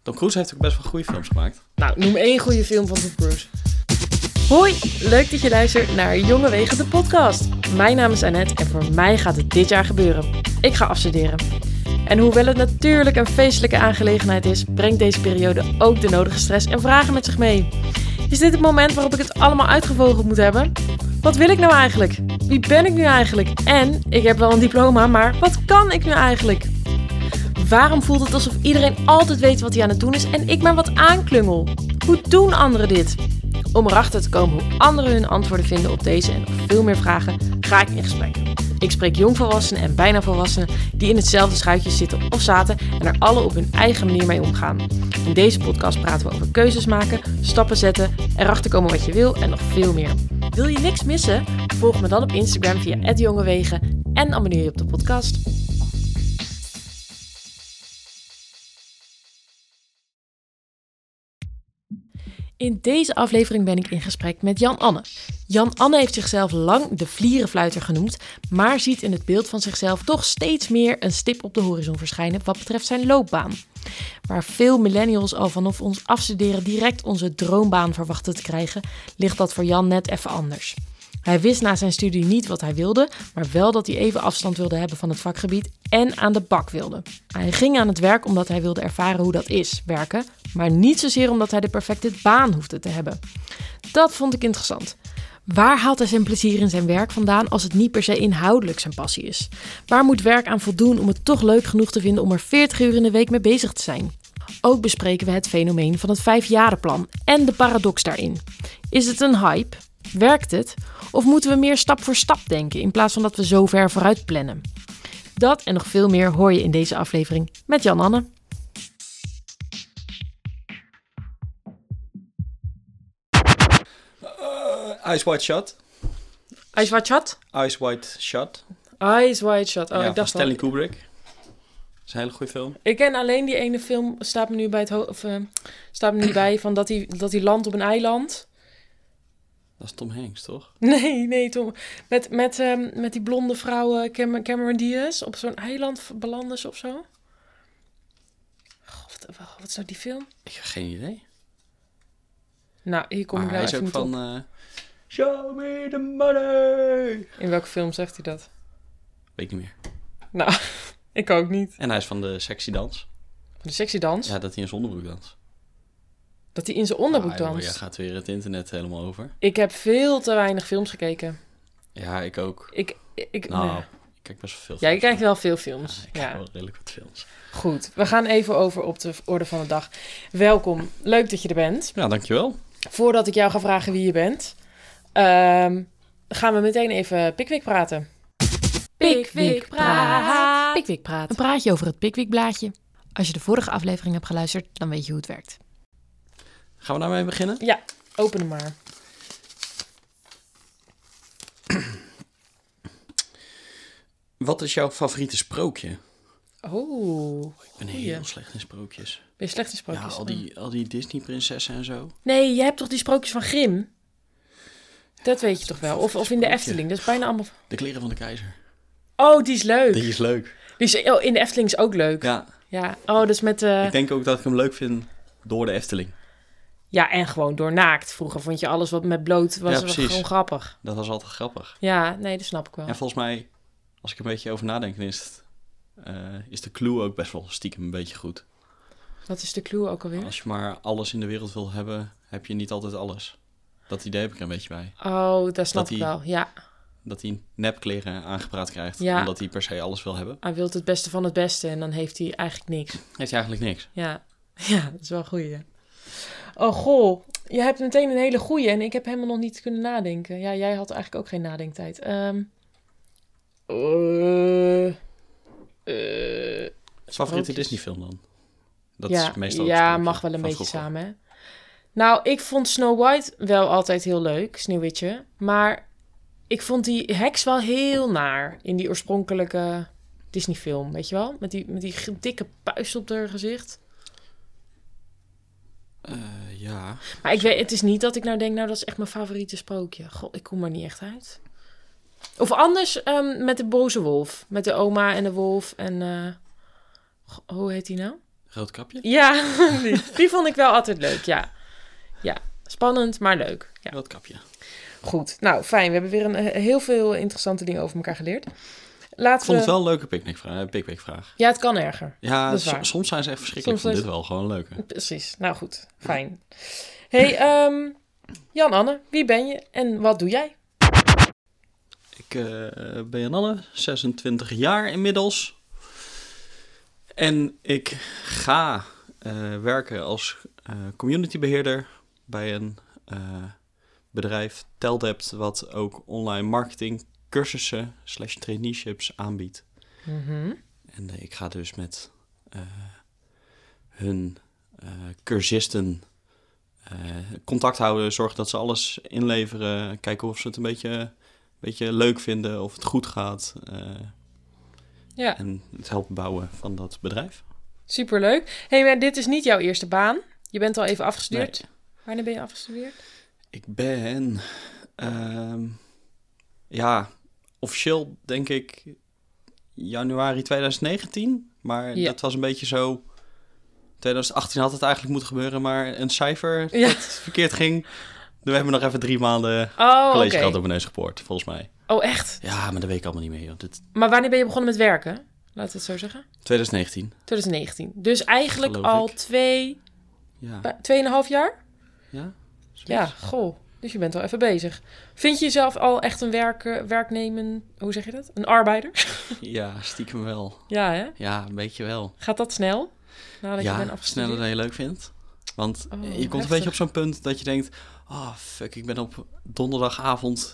Tom Cruise heeft ook best wel goede films gemaakt. Nou, noem 1 goede film van Tom Cruise. Hoi, leuk dat je luistert naar Jonge Wegen, de podcast. Mijn naam is Annette en voor mij gaat het dit jaar gebeuren. Ik ga afstuderen. En hoewel het natuurlijk een feestelijke aangelegenheid is, brengt deze periode ook de nodige stress en vragen met zich mee. Is dit het moment waarop ik het allemaal uitgevogeld moet hebben? Wat wil ik nou eigenlijk? Wie ben ik nu eigenlijk? En, ik heb wel een diploma, maar wat kan ik nu eigenlijk? Waarom voelt het alsof iedereen altijd weet wat hij aan het doen is en ik maar wat aanklungel? Hoe doen anderen dit? Om erachter te komen hoe anderen hun antwoorden vinden op deze en nog veel meer vragen, ga ik in gesprek. Ik spreek jongvolwassenen en bijna volwassenen die in hetzelfde schuitje zitten of zaten en er alle op hun eigen manier mee omgaan. In deze podcast praten we over keuzes maken, stappen zetten, erachter komen wat je wil en nog veel meer. Wil je niks missen? Volg me dan op Instagram via @jongewegen en abonneer je op de podcast. In deze aflevering ben ik in gesprek met Jan-Anne. Jan-Anne heeft zichzelf lang de vlierenfluiter genoemd, maar ziet in het beeld van zichzelf toch steeds meer een stip op de horizon verschijnen wat betreft zijn loopbaan. Waar veel millennials al vanaf ons afstuderen direct onze droombaan verwachten te krijgen, ligt dat voor Jan net even anders. Hij wist na zijn studie niet wat hij wilde, maar wel dat hij even afstand wilde hebben van het vakgebied en aan de bak wilde. Hij ging aan het werk omdat hij wilde ervaren hoe dat is, werken, maar niet zozeer omdat hij de perfecte baan hoefde te hebben. Dat vond ik interessant. Waar haalt hij zijn plezier in zijn werk vandaan als het niet per se inhoudelijk zijn passie is? Waar moet werk aan voldoen om het toch leuk genoeg te vinden om er 40 uur in de week mee bezig te zijn? Ook bespreken we het fenomeen van het 5-jarenplan en de paradox daarin. Is het een hype? Werkt het? Of moeten we meer stap voor stap denken in plaats van dat we zo ver vooruit plannen? Dat en nog veel meer hoor je in deze aflevering met Jan-Anne. Eyes Wide Shut. Eyes Wide Shut? Eyes Wide Shut. Eyes Wide Shut. Oh, ja, ik dacht Stanley al. Kubrick. Dat is een hele goede film. Ik ken alleen die ene film, staat me nu bij van dat hij landt op een eiland. Dat is Tom Hanks, toch? Nee, Tom. Met die blonde vrouw Cameron Diaz op zo'n eiland belanden ze of zo. Wat is nou die film? Ik heb geen idee. Nou, hier kom ik Maar nou hij is even ook niet van... op. Show me the money! In welke film zegt hij dat? Weet niet meer. Nou, ik ook niet. En hij is van de sexy dans. Van de sexy dans? Ja, dat hij in zijn onderbroek danst. Dat hij in zijn onderbroek joh, danst? jij gaat weer het internet helemaal over. Ik heb veel te weinig films gekeken. Ja, ik ook. Ik Ik kijk best wel veel films. Jij kijkt wel veel films. Ja, ik kijk wel redelijk wat films. Goed, we gaan even over op de orde van de dag. Welkom, leuk dat je er bent. Ja, dankjewel. Voordat ik jou ga vragen wie je bent, gaan we meteen even Pickwick praten. Pickwick praat. Pickwick praat. Een praatje over het Pickwick-blaadje. Als je de vorige aflevering hebt geluisterd, dan weet je hoe het werkt. Gaan we daarmee beginnen? Ja, open hem maar. Wat is jouw favoriete sprookje? Oh, Ik ben heel slecht in sprookjes. Ben je slecht in sprookjes? Ja, al die Disney-prinsessen en zo. Nee, je hebt toch die sprookjes van Grimm? Dat weet je toch wel? Of in de Efteling, dat is bijna allemaal... De kleren van de keizer. Oh, die is leuk. Die is leuk. In de Efteling is ook leuk. Ja. Oh, dat is met... Ik denk ook dat ik hem leuk vind door de Efteling. Ja, en gewoon door naakt. Vroeger vond je alles wat met bloot was gewoon grappig. Dat was altijd grappig. Ja, nee, dat snap ik wel. En volgens mij, als ik er een beetje over nadenk, dan is de clue ook best wel stiekem een beetje goed. Wat is de clue ook alweer? Als je maar alles in de wereld wil hebben, heb je niet altijd alles. Dat idee heb ik er een beetje bij. Oh, dat snap ik wel, ja. Dat hij nepkleren aangepraat krijgt, omdat hij per se alles wil hebben. Hij wil het beste van het beste en dan heeft hij eigenlijk niks. Heeft hij eigenlijk niks. Ja, dat is wel een goeie. Oh, goh. Je hebt meteen een hele goeie en ik heb helemaal nog niet kunnen nadenken. Ja, jij had eigenlijk ook geen nadenktijd. Favoriete Disney-film dan? Dat is meestal mag wel een beetje samen, hè? Nou, ik vond Snow White wel altijd heel leuk, Sneeuwwitje. Maar ik vond die heks wel heel naar in die oorspronkelijke Disney-film, weet je wel? Met die dikke puist op haar gezicht. Ja. Maar het is niet dat ik nou denk, dat is echt mijn favoriete sprookje. Goh, ik kom er niet echt uit. Of anders met de boze wolf. Met de oma en de wolf en... hoe heet die nou? Roodkapje? Ja, die vond ik wel altijd leuk, ja. Ja, spannend, maar leuk. Ja. Roodkapje. Goed, nou fijn. We hebben weer heel veel interessante dingen over elkaar geleerd. Ik Laten vond het we... wel een leuke pickwickvraag. Ja, het kan erger. Ja, Dat is waar. soms zijn ze echt verschrikkelijk. Ik Soms vond dit wel gewoon leuker. Precies, nou goed, fijn. Hey, Jan-Anne, wie ben je en wat doe jij? Ik ben Jan-Anne, 26 jaar inmiddels. En ik ga werken als communitybeheerder bij een bedrijf, Teldept, wat ook online marketing cursussen / traineeships aanbiedt. Mm-hmm. En ik ga dus met hun cursisten contact houden, zorgen dat ze alles inleveren, kijken of ze het een beetje leuk vinden, of het goed gaat. Ja. En het helpen bouwen van dat bedrijf. Superleuk. Hey, maar dit is niet jouw eerste baan. Je bent al even afgestudeerd. Nee. Wanneer ben je afgestudeerd? Ik ben, officieel denk ik januari 2019. Maar dat was een beetje zo... 2018 had het eigenlijk moeten gebeuren, maar een cijfer dat verkeerd ging. We hebben nog even 3 maanden collegegeld op mijn neus geboord, volgens mij. Oh, echt? Ja, maar dat weet ik allemaal niet meer. Joh. Maar wanneer ben je begonnen met werken? Laat het zo zeggen. 2019. 2019. Dus eigenlijk Geloof al ik. 2,5 jaar? Ja? Ja, goh. Dus je bent al even bezig. Vind je jezelf al echt een werknemen... Hoe zeg je dat? Een arbeider? Ja, stiekem wel. Ja, hè? Ja, een beetje wel. Gaat dat snel? Nadat je bent afgestudeerd? Sneller dan je leuk vindt. Want je komt heftig. een beetje op zo'n punt dat je denkt... Oh, fuck, ik ben op donderdagavond...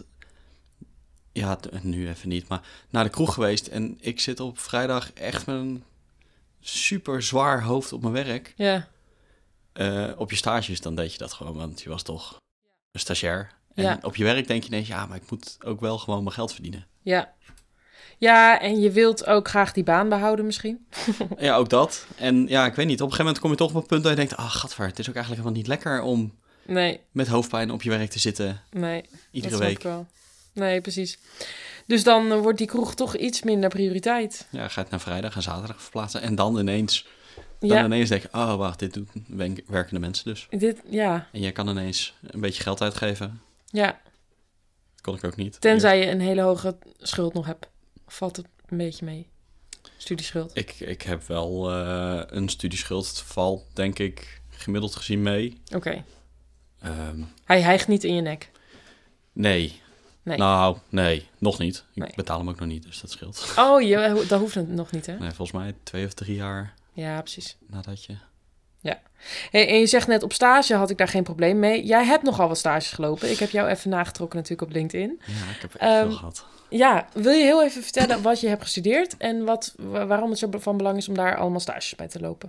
Ja, nu even niet, maar naar de kroeg geweest. En ik zit op vrijdag echt met een super zwaar hoofd op mijn werk. Ja. Op je stages, dan deed je dat gewoon, want je was toch een stagiair. En Ja. op je werk denk je ineens, ja, maar ik moet ook wel gewoon mijn geld verdienen. Ja. Ja, en je wilt ook graag die baan behouden misschien? Ja, ook dat. En ja, ik weet niet, op een gegeven moment kom je toch op een punt dat je denkt... gadver, het is ook eigenlijk helemaal niet lekker om met hoofdpijn op je werk te zitten. Nee, iedere week. Wel. Nee, precies. Dus dan wordt die kroeg toch iets minder prioriteit. Ja, ga het naar vrijdag en zaterdag verplaatsen. En dan ineens denk je, oh wacht, dit doen werkende mensen dus. En jij kan ineens een beetje geld uitgeven. Ja. Dat kon ik ook niet. Tenzij je een hele hoge schuld nog hebt. Valt het een beetje mee? Studieschuld. Ik heb wel een studieschuld. Het valt denk ik gemiddeld gezien mee. Oké. Hij hijgt niet in je nek? Nee. Nou, nee, nog niet. Ik betaal hem ook nog niet, dus dat scheelt. Oh, dat hoeft het nog niet, hè? Nee, volgens mij 2 of 3 jaar. Ja, precies. Nadat je... Ja. Hey, en je zegt net, op stage had ik daar geen probleem mee. Jij hebt nogal wat stages gelopen. Ik heb jou even nagetrokken natuurlijk op LinkedIn. Ja, ik heb echt veel gehad. Ja, wil je heel even vertellen wat je hebt gestudeerd... en waarom het zo van belang is om daar allemaal stages bij te lopen?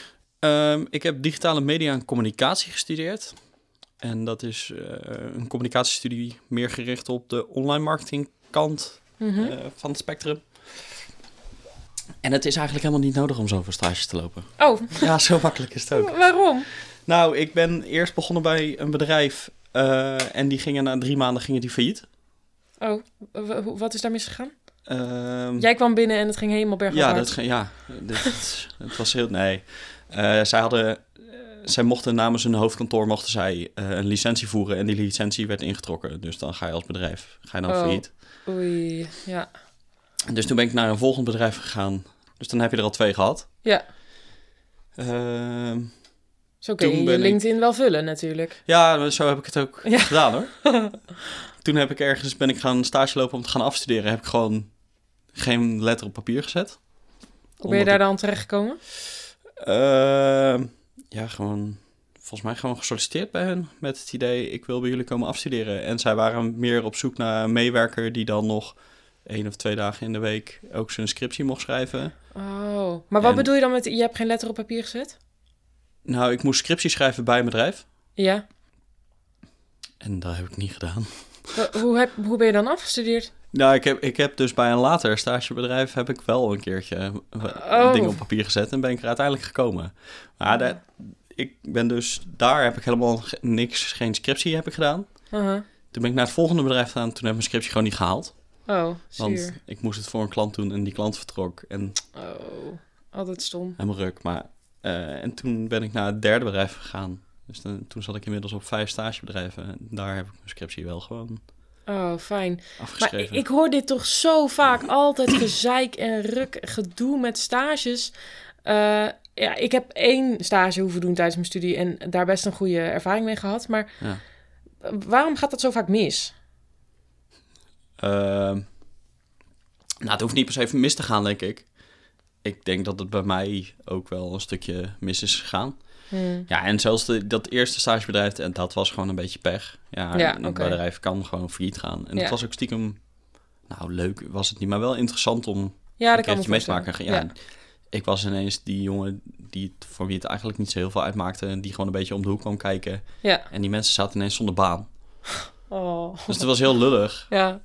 Ik heb digitale media en communicatie gestudeerd. En dat is een communicatiestudie meer gericht op de online marketing kant van het spectrum. En het is eigenlijk helemaal niet nodig om zoveel stages te lopen. Oh. Ja, zo makkelijk is het ook. Waarom? Nou, ik ben eerst begonnen bij een bedrijf en die gingen na 3 maanden failliet. Oh, wat is daar misgegaan? Jij kwam binnen en het ging helemaal bergafwaarts. Het was heel... Nee. Zij mochten namens hun hoofdkantoor een licentie voeren en die licentie werd ingetrokken. Dus dan ga je als bedrijf failliet. Oei, ja. Dus toen ben ik naar een volgend bedrijf gegaan. Dus dan heb je er al 2 gehad. Ja. Zo kun je je LinkedIn wel vullen natuurlijk. Ja, zo heb ik het ook gedaan hoor. Toen ben ik gaan stage lopen om te gaan afstuderen. Heb ik gewoon geen letter op papier gezet. Hoe ben je daar dan terechtgekomen? Volgens mij gewoon gesolliciteerd bij hen met het idee, ik wil bij jullie komen afstuderen. En zij waren meer op zoek naar een meewerker die dan nog 1 of 2 dagen in de week ook zijn scriptie mocht schrijven. Oh, maar wat bedoel je dan met, je hebt geen letter op papier gezet? Nou, ik moest scriptie schrijven bij een bedrijf. Ja. En dat heb ik niet gedaan. Hoe ben je dan afgestudeerd? Nou, ik heb dus bij een later stagebedrijf heb ik wel een keertje dingen op papier gezet en ben ik er uiteindelijk gekomen. Maar daar heb ik helemaal geen scriptie heb ik gedaan. Uh-huh. Toen ben ik naar het volgende bedrijf gegaan, toen heb ik mijn scriptie gewoon niet gehaald. Oh, zuur. Want ik moest het voor een klant doen en die klant vertrok. En altijd stom. helemaal ruk, maar En toen ben ik naar het derde bedrijf gegaan. Dus toen zat ik inmiddels op 5 stagebedrijven. En daar heb ik mijn scriptie wel gewoon fijn. afgeschreven. Maar ik hoor dit toch zo vaak. Altijd gezeik en gedoe met stages. Ik heb 1 stage hoeven doen tijdens mijn studie... en daar best een goede ervaring mee gehad. Maar waarom gaat dat zo vaak mis? Het hoeft niet per se mis te gaan, denk ik. Ik denk dat het bij mij ook wel een stukje mis is gegaan. Ja, en zelfs dat eerste stagebedrijf, en dat was gewoon een beetje pech. Een bedrijf kan gewoon failliet gaan. En dat was ook stiekem... Nou, leuk was het niet, maar wel interessant om een keertje mee te maken. Ja. Ik was ineens die jongen voor wie het eigenlijk niet zo heel veel uitmaakte... en die gewoon een beetje om de hoek kwam kijken. Ja. En die mensen zaten ineens zonder baan. Oh. Dus het was heel lullig. Ja.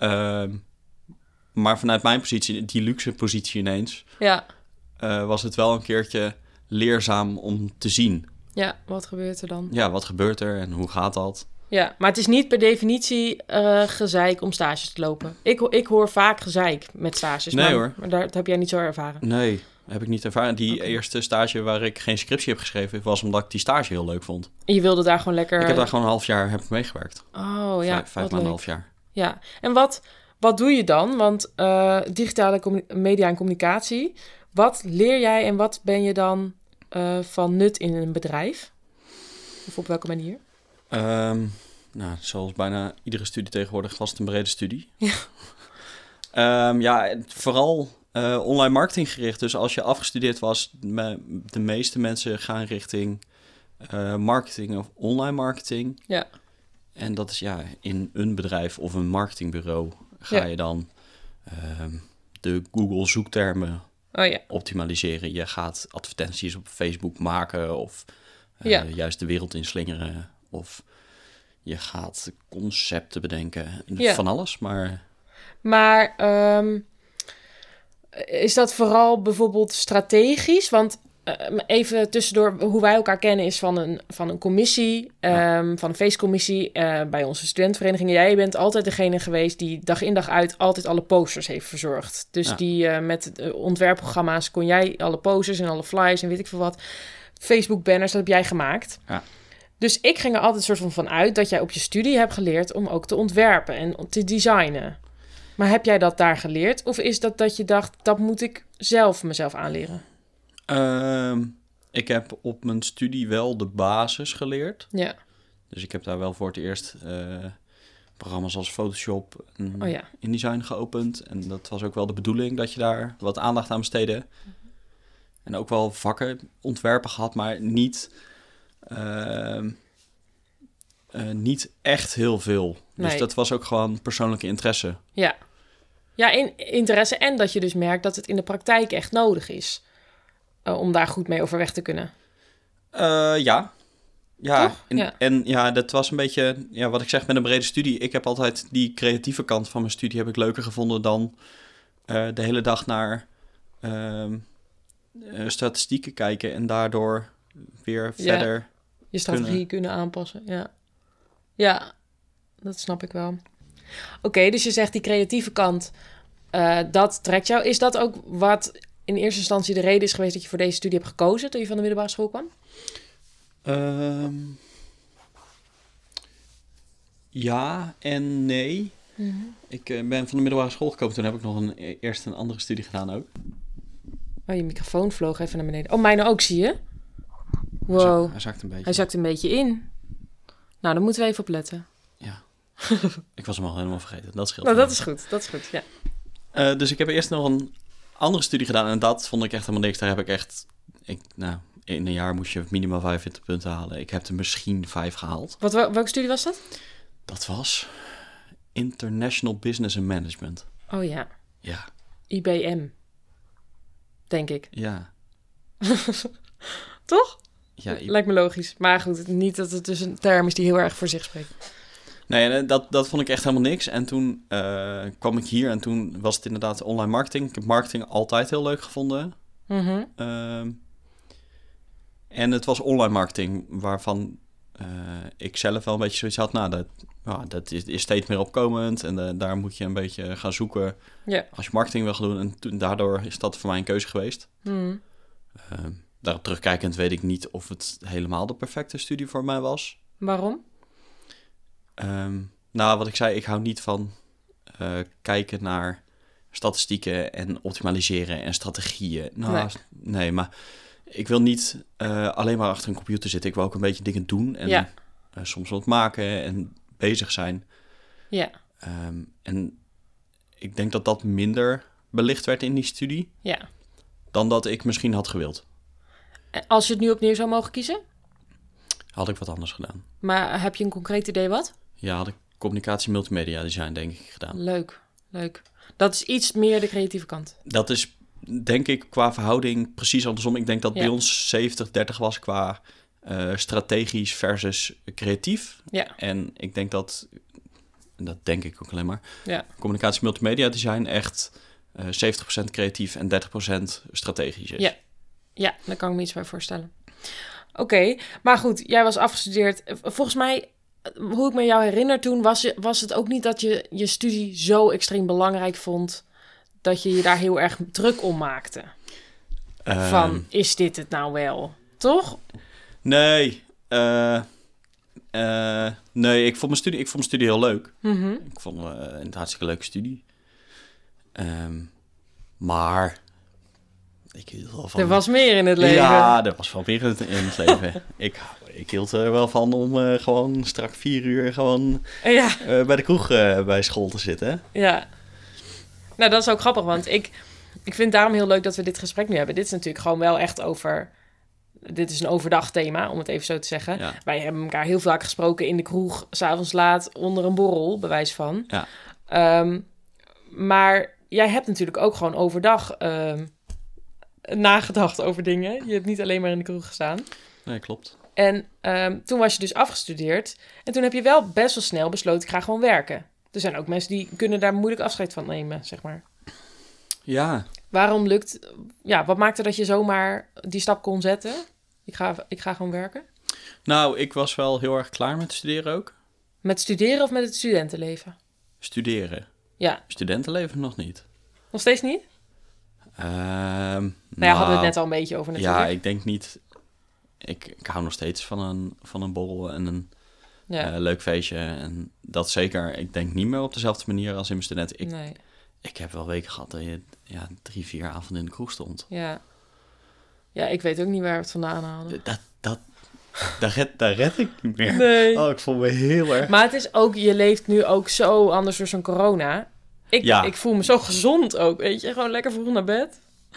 Maar vanuit mijn positie, die luxe positie ineens... was het wel een keertje leerzaam om te zien. Ja, wat gebeurt er dan? Ja, wat gebeurt er en hoe gaat dat? Ja, maar het is niet per definitie gezeik om stages te lopen. Ik hoor vaak gezeik met stages. Nee hoor. Maar dat heb jij niet zo ervaren? Nee, heb ik niet ervaren. Die eerste stage waar ik geen scriptie heb geschreven... was omdat ik die stage heel leuk vond. En je wilde daar gewoon lekker... Ik heb daar gewoon een half jaar meegewerkt. Oh ja, 5 maanden, een half jaar. Ja, en wat doe je dan? Want digitale media en communicatie... Wat leer jij en wat ben je dan van nut in een bedrijf? Of op welke manier? Zoals bijna iedere studie tegenwoordig was het een brede studie. Ja. Vooral online marketing gericht. Dus als je afgestudeerd was, de meeste mensen gaan richting marketing of online marketing. Ja. En dat is in een bedrijf of een marketingbureau ga je dan de Google zoektermen optimaliseren. Je gaat advertenties op Facebook maken of juist de wereld inslingeren. Of je gaat concepten bedenken. Van alles, maar... Maar is dat vooral bijvoorbeeld strategisch? Want even tussendoor, hoe wij elkaar kennen is van een commissie, van een feestcommissie bij onze studentenvereniging. Jij bent altijd degene geweest die dag in dag uit altijd alle posters heeft verzorgd. Dus die met ontwerpprogramma's kon jij alle posters en alle flyers en weet ik veel wat. Facebook banners, dat heb jij gemaakt. Ja. Dus ik ging er altijd soort van uit dat jij op je studie hebt geleerd om ook te ontwerpen en te designen. Maar heb jij dat daar geleerd? Of is dat je dacht, dat moet ik mezelf aanleren? Ik heb op mijn studie wel de basis geleerd. Ja. Dus ik heb daar wel voor het eerst programma's als Photoshop en InDesign geopend. En dat was ook wel de bedoeling, dat je daar wat aandacht aan besteedde. En ook wel vakken ontwerpen gehad, maar niet echt heel veel. Nee. Dus dat was ook gewoon persoonlijke interesse. Ja. Ja, interesse en dat je dus merkt dat het in de praktijk echt nodig is. Om daar goed mee overweg te kunnen. Ja. Ja, en dat was een beetje... Ja, wat ik zeg met een brede studie. Ik heb altijd die creatieve kant van mijn studie heb ik leuker gevonden dan de hele dag naar statistieken kijken en daardoor weer verder je strategie kunnen aanpassen. Ja, dat snap ik wel. Oké, dus je zegt die creatieve kant, dat trekt jou. Is dat ook wat in eerste instantie de reden is geweest dat je voor deze studie hebt gekozen toen je van de middelbare school kwam? Ja en nee. Mm-hmm. Ik ben van de middelbare school gekomen. Toen heb ik nog eerst een andere studie gedaan ook. Oh, je microfoon vloog even naar beneden. Oh, mijne ook, zie je? Wow. Hij zakt een beetje. Hij zakt een beetje in. Nou, dan moeten we even op letten. Ja. Ik was hem al helemaal vergeten. Dat scheelt. Nou, dat is goed, ja. Dus ik heb eerst nog een andere studie gedaan. En dat vond ik echt helemaal niks. Daar heb ik echt... in een jaar moest je minimaal 45 punten halen. Ik heb er misschien 5 gehaald. Welke studie was dat? Dat was International Business and Management. Oh ja. Ja. IBM. Denk ik. Ja. Toch? Ja. Lijkt me logisch. Maar goed, niet dat het dus een term is die heel erg voor zich spreekt. Nee, dat vond ik echt helemaal niks. En toen kwam ik hier en toen was het inderdaad online marketing. Ik heb marketing altijd heel leuk gevonden. Mm-hmm. En het was online marketing waarvan ik zelf wel een beetje zoiets had. Nou, dat is steeds meer opkomend en daar moet je een beetje gaan zoeken als je marketing wil gaan doen. En daardoor is dat voor mij een keuze geweest. Mm. daarop terugkijkend weet ik niet of het helemaal de perfecte studie voor mij was. Waarom? Nou, wat ik zei, ik hou niet van kijken naar statistieken en optimaliseren en strategieën. Nou, nee, maar ik wil niet alleen maar achter een computer zitten. Ik wil ook een beetje dingen doen en soms wat maken en bezig zijn. Ja. En ik denk dat dat minder belicht werd in die studie dan dat ik misschien had gewild. Als je het nu opnieuw zou mogen kiezen? Had ik wat anders gedaan. Maar heb je een concreet idee wat? Ja, had ik communicatie multimedia design denk ik gedaan. Leuk. Dat is iets meer de creatieve kant. Dat is denk ik qua verhouding precies andersom. Ik denk dat bij ons 70-30 was qua strategisch versus creatief. Ja. En ik denk dat denk ik ook alleen maar, communicatie multimedia design echt 70% creatief en 30% strategisch is. Ja, daar kan ik me iets bij voorstellen. Oké, maar goed, jij was afgestudeerd. Volgens mij, hoe ik me jou herinner toen, was het ook niet dat je je studie zo extreem belangrijk vond dat je daar heel erg druk om maakte. Van, is dit het nou wel? Toch? Nee, nee, ik vond mijn studie heel leuk. Mm-hmm. Ik vond het een hartstikke leuke studie. Maar ik hield wel van... Er was meer in het leven. Ja, er was wel meer in het leven. Ik hield er wel van om gewoon strak 4 uur gewoon bij de kroeg bij school te zitten. Ja. Nou, dat is ook grappig, want ik vind het daarom heel leuk dat we dit gesprek nu hebben. Dit is natuurlijk gewoon wel echt over... Dit is een overdag thema, om het even zo te zeggen. Ja. Wij hebben elkaar heel vaak gesproken in de kroeg, 's avonds laat, onder een borrel, bewijs van. Ja. Maar jij hebt natuurlijk ook gewoon overdag nagedacht over dingen. Je hebt niet alleen maar in de kroeg gestaan. Nee, klopt. En toen was je dus afgestudeerd. En toen heb je wel best wel snel besloten, ik ga gewoon werken. Er zijn ook mensen die kunnen daar moeilijk afscheid van nemen, zeg maar. Ja. Waarom wat maakte dat je zomaar die stap kon zetten? Ik ga gewoon werken? Nou, ik was wel heel erg klaar met studeren ook. Met studeren of met het studentenleven? Studeren. Ja. Studentenleven nog niet. Nog steeds niet? Nou, hadden we het net al een beetje over natuurlijk. Ja, ik denk niet... Ik hou nog steeds van een borrel en een leuk feestje. En dat zeker. Ik denk niet meer op dezelfde manier als in mijn studenten. Nee. Ik heb wel weken gehad dat je 3-4 avonden in de kroeg stond. Ja. Ja, ik weet ook niet waar we het vandaan haalden. Daar red ik niet meer. Nee. Oh, ik voel me heel erg... Maar het is ook, je leeft nu ook zo anders door zo'n corona. Ik voel me zo gezond ook, weet je. Gewoon lekker vroeg naar bed.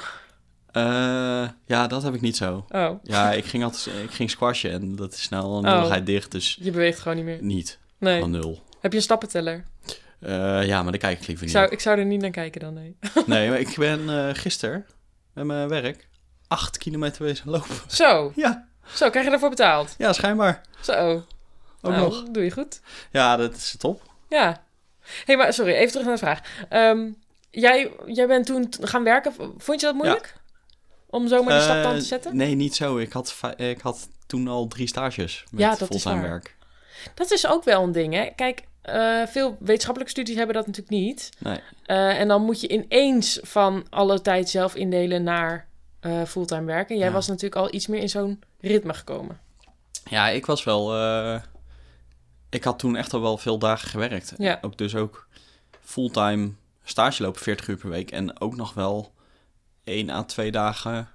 Ja, dat heb ik niet zo. Oh. Ja, ik ging squashen en dat is snel een nulligheid dicht, dus... Je beweegt gewoon niet meer? Niet. Nee. Van 0. Heb je een stappenteller? Ja, maar daar kijk ik liever niet Ik zou er niet naar kijken dan, nee. Nee, maar ik ben gisteren met mijn werk 8 kilometer wezen lopen. Zo? Ja. Zo, krijg je daarvoor betaald? Ja, schijnbaar. Zo. Ook nog. Doe je goed. Ja, dat is top. Ja. Hey, maar sorry, even terug naar de vraag. Jij bent toen gaan werken. Vond je dat moeilijk? Ja. Om zomaar die stap dan te zetten? Nee, niet zo. Ik had toen al 3 stages met fulltime werk. Dat is ook wel een ding, hè? Kijk, veel wetenschappelijke studies hebben dat natuurlijk niet. Nee. En dan moet je ineens van alle tijd zelf indelen naar fulltime werken. Jij was natuurlijk al iets meer in zo'n ritme gekomen. Ja, ik was wel... ik had toen echt al wel veel dagen gewerkt. Ja. Ook fulltime stage lopen, 40 uur per week. En ook nog wel 1 à 2 dagen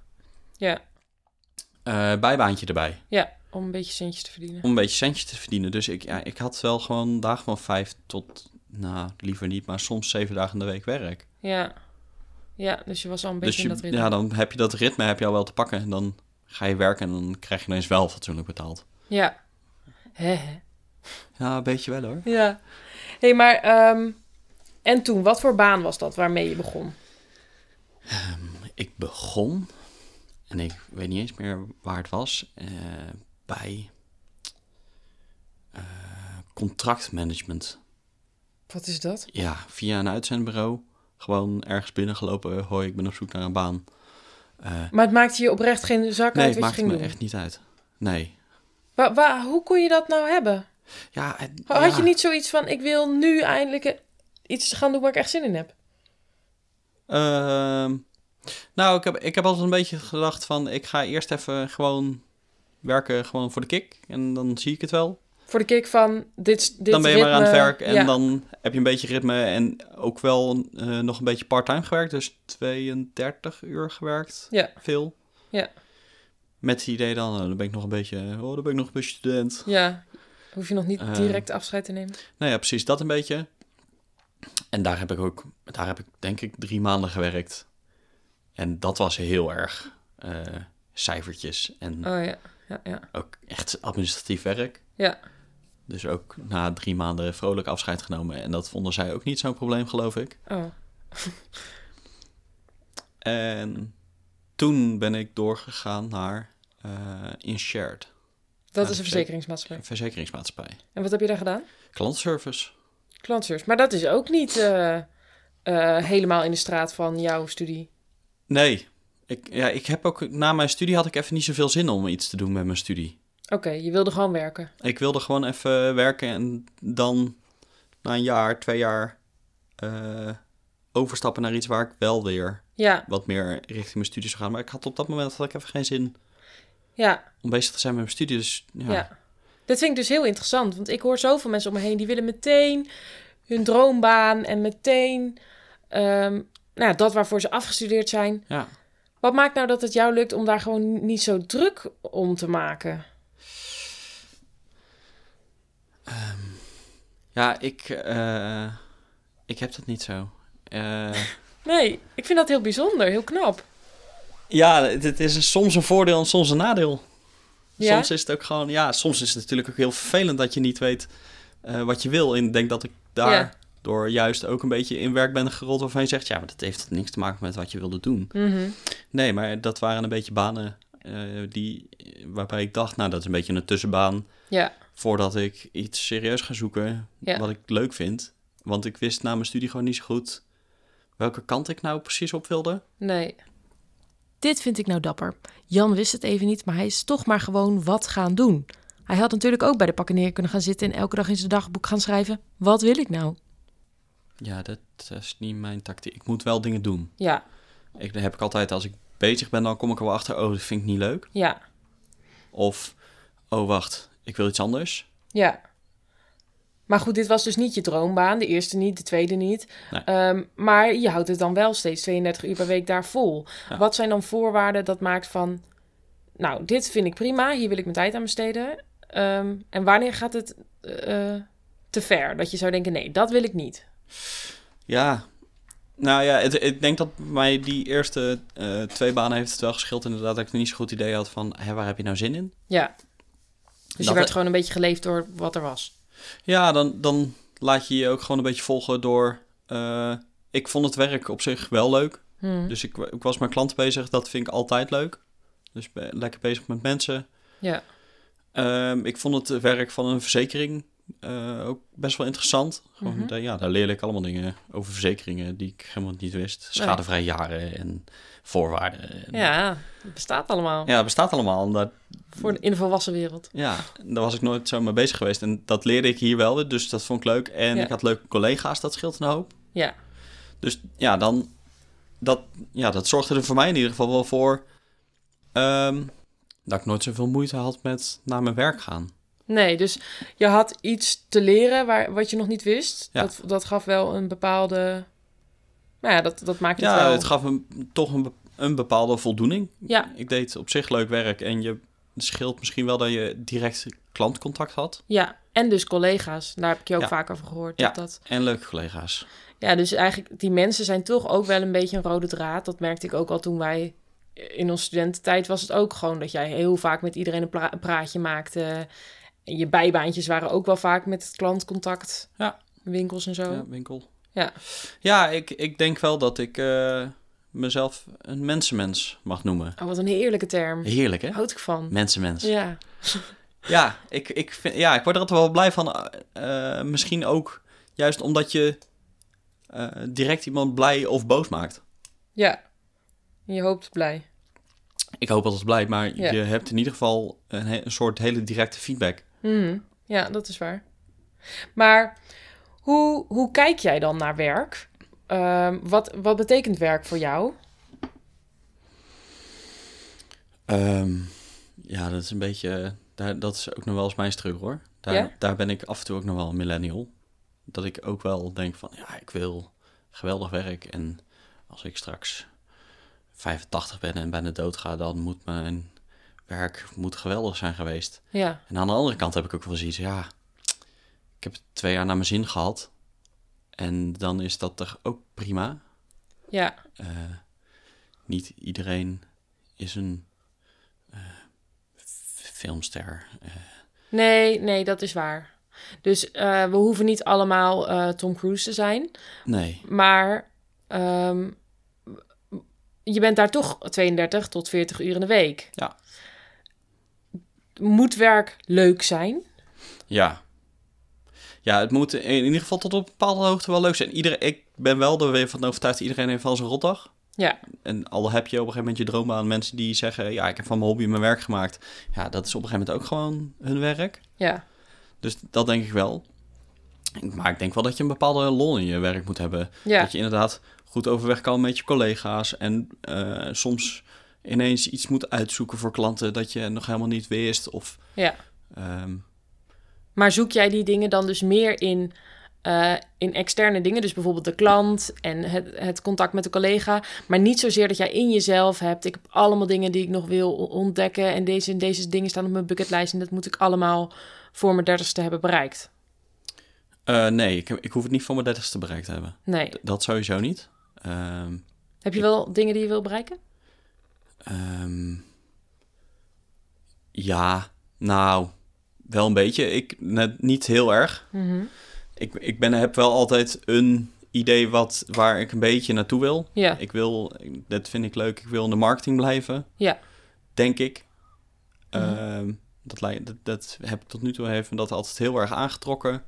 bijbaantje erbij. Ja, om een beetje centjes te verdienen. Om een beetje centjes te verdienen. Dus ik had wel gewoon dagen van 5 tot, liever niet, maar soms 7 dagen in de week werk. Ja. Ja, dus je was al een beetje in dat ritme. Ja, dan heb je dat ritme al wel te pakken. En dan ga je werken en dan krijg je ineens wel fatsoenlijk betaald. Ja. Ja, een beetje wel hoor. Ja. Hey, maar en toen, wat voor baan was dat waarmee je begon? Ik begon, en ik weet niet eens meer waar het was, bij contractmanagement. Wat is dat? Ja, via een uitzendbureau. Gewoon ergens binnengelopen. Hoi, ik ben op zoek naar een baan. Maar het maakte je oprecht geen zak uit wat je ging doen? Nee, het maakte me echt niet uit. Nee. Hoe kon je dat nou hebben? Ja, had je niet zoiets van, ik wil nu eindelijk iets gaan doen waar ik echt zin in heb? Nou, ik heb altijd een beetje gedacht van... ik ga eerst even gewoon werken gewoon voor de kick. En dan zie ik het wel. Voor de kick van dit dan ben je ritme, maar aan het werk en dan heb je een beetje ritme... en ook wel nog een beetje part-time gewerkt. Dus 32 uur gewerkt. Ja. Veel. Ja. Met het idee dan ben ik nog een beetje... dan ben ik nog een beetje student. Ja, hoef je nog niet direct afscheid te nemen. Nou ja, precies dat een beetje. En daar heb ik denk ik 3 maanden gewerkt. En dat was heel erg cijfertjes en ook echt administratief werk. Ja. Dus ook na 3 maanden vrolijk afscheid genomen. En dat vonden zij ook niet zo'n probleem, geloof ik. Oh. En toen ben ik doorgegaan naar Inshared. Dat is een verzekeringsmaatschappij. Een verzekeringsmaatschappij. En wat heb je daar gedaan? Klantenservice. Klantenservice. Maar dat is ook niet helemaal in de straat van jouw studie. Nee. Ik heb ook... Na mijn studie had ik even niet zoveel zin om iets te doen met mijn studie. Oké, je wilde gewoon werken. Ik wilde gewoon even werken en dan na een jaar, 2 jaar... overstappen naar iets waar ik wel weer wat meer richting mijn studie zou gaan. Maar ik had op dat moment even geen zin om bezig te zijn met mijn studie. Dus, ja. Dit vind ik dus heel interessant. Want ik hoor zoveel mensen om me heen die willen meteen hun droombaan en meteen dat waarvoor ze afgestudeerd zijn. Ja. Wat maakt nou dat het jou lukt om daar gewoon niet zo druk om te maken? Ik heb dat niet zo. Nee, ik vind dat heel bijzonder, heel knap. Ja, het is soms een voordeel en soms een nadeel. Ja? Soms is het ook gewoon... soms is het natuurlijk ook heel vervelend dat je niet weet wat je wil. En ik denk dat ik daardoor juist ook een beetje in werk ben gerold waarvan je zegt... ja, maar dat heeft niks te maken met wat je wilde doen. Mm-hmm. Nee, maar dat waren een beetje banen waarbij ik dacht... nou, dat is een beetje een tussenbaan... voordat ik iets serieus ga zoeken wat ik leuk vind. Want ik wist na mijn studie gewoon niet zo goed... welke kant ik nou precies op wilde. Nee. Dit vind ik nou dapper. Jan wist het even niet, maar hij is toch maar gewoon wat gaan doen. Hij had natuurlijk ook bij de pakken neer kunnen gaan zitten... en elke dag in zijn dagboek gaan schrijven... wat wil ik nou? Ja, dat is niet mijn tactiek. Ik moet wel dingen doen. Ja. Dat heb ik altijd. Als ik bezig ben, dan kom ik er wel achter... oh, dat vind ik niet leuk. Ja. Of, oh, wacht, ik wil iets anders. Ja. Maar goed, dit was dus niet je droombaan. De eerste niet, de tweede niet. Nee. Maar je houdt het dan wel steeds 32 uur per week daar vol. Ja. Wat zijn dan voorwaarden dat maakt van... nou, dit vind ik prima. Hier wil ik mijn tijd aan besteden. En wanneer gaat het te ver? Dat je zou denken, nee, dat wil ik niet. Ja. Nou ja, ik denk dat mij die eerste 2 banen heeft het wel geschild. Inderdaad, dat ik niet zo'n goed idee had van... waar heb je nou zin in? Ja. Dus je werd gewoon een beetje geleefd door wat er was. Ja, dan laat je je ook gewoon een beetje volgen door... ik vond het werk op zich wel leuk. Dus ik was met klanten bezig. Dat vind ik altijd leuk. Dus lekker bezig met mensen. Ja. Ik vond het werk van een verzekering ook best wel interessant. Gewoon, daar leerde ik allemaal dingen over verzekeringen... die ik helemaal niet wist. Schadevrije jaren en voorwaarden. Ja, het bestaat allemaal. Ja, het bestaat allemaal. In de volwassen wereld. Ja, daar was ik nooit zo mee bezig geweest. En dat leerde ik hier wel, dus dat vond ik leuk. En ik had leuke collega's, dat scheelt een hoop. Ja. Dus ja, dat zorgde er voor mij in ieder geval wel voor... dat ik nooit zoveel moeite had met naar mijn werk gaan. Nee, dus je had iets te leren wat je nog niet wist. Ja. Dat gaf wel een bepaalde... Nou ja, dat maakte het wel... Ja, het gaf toch een bepaalde voldoening. Ja. Ik deed op zich leuk werk en het scheelt misschien wel dat je direct klantcontact had. Ja, en dus collega's. Daar heb ik je ook vaak over gehoord. Ja, en leuke collega's. Ja, dus eigenlijk die mensen zijn toch ook wel een beetje een rode draad. Dat merkte ik ook al toen wij... In onze studententijd was het ook gewoon dat jij heel vaak met iedereen een praatje maakte... En je bijbaantjes waren ook wel vaak met het klantcontact. Ja. Winkels en zo. Ja, winkel. Ja, ja ik denk wel dat ik mezelf een mensenmens mag noemen. Oh, wat een heerlijke term. Heerlijk, hè? Houd ik van. Mensenmens. Ja. Ja, ik word er altijd wel blij van. Misschien ook juist omdat je direct iemand blij of boos maakt. Ja. Je hoopt blij. Ik hoop altijd blij, maar je hebt in ieder geval een soort hele directe feedback. Ja, dat is waar. Maar hoe kijk jij dan naar werk? Wat betekent werk voor jou? Ja, dat is een beetje... dat is ook nog wel eens mijn struggle, hoor. Ja? Daar ben ik af en toe ook nog wel een millennial. Dat ik ook wel denk van... Ja, ik wil geweldig werk. En als ik straks 85 ben en bijna dood ga... dan moet mijn werk geweldig zijn geweest. Ja. En aan de andere kant heb ik ook wel zoiets... Ja, ik heb 2 jaar naar mijn zin gehad. En dan is dat toch ook prima. Ja. Niet iedereen is een filmster. Nee, dat is waar. Dus we hoeven niet allemaal Tom Cruise te zijn. Nee. Maar je bent daar toch 32 tot 40 uur in de week. Ja. Moet werk leuk zijn? Ja. Ja, het moet in ieder geval tot op een bepaalde hoogte wel leuk zijn. Ik ben wel er weer van overtuigd, iedereen heeft wel zijn rotdag. Ja. En al heb je op een gegeven moment je droom aan mensen die zeggen... ja, ik heb van mijn hobby mijn werk gemaakt. Ja, dat is op een gegeven moment ook gewoon hun werk. Ja. Dus dat denk ik wel. Maar ik denk wel dat je een bepaalde lol in je werk moet hebben. Ja. Dat je inderdaad goed overweg kan met je collega's. En soms ineens iets moet uitzoeken voor klanten dat je nog helemaal niet wist. Of, Ja. Maar zoek jij die dingen dan dus meer in externe dingen? Dus bijvoorbeeld de klant en het contact met de collega. Maar niet zozeer dat jij in jezelf hebt... ik heb allemaal dingen die ik nog wil ontdekken... en deze dingen staan op mijn bucketlijst... en dat moet ik allemaal voor mijn 30ste hebben bereikt. Nee, ik hoef het niet voor mijn 30ste bereikt te hebben. Nee. Dat sowieso niet. Heb je wel dingen die je wil bereiken? Ja, nou, wel een beetje. Niet heel erg. Mm-hmm. Ik heb wel altijd een idee waar ik een beetje naartoe wil. Ja. Dat vind ik leuk, ik wil in de marketing blijven. Ja. Denk ik. Mm-hmm. Dat heb ik tot nu toe heeft me dat altijd heel erg aangetrokken.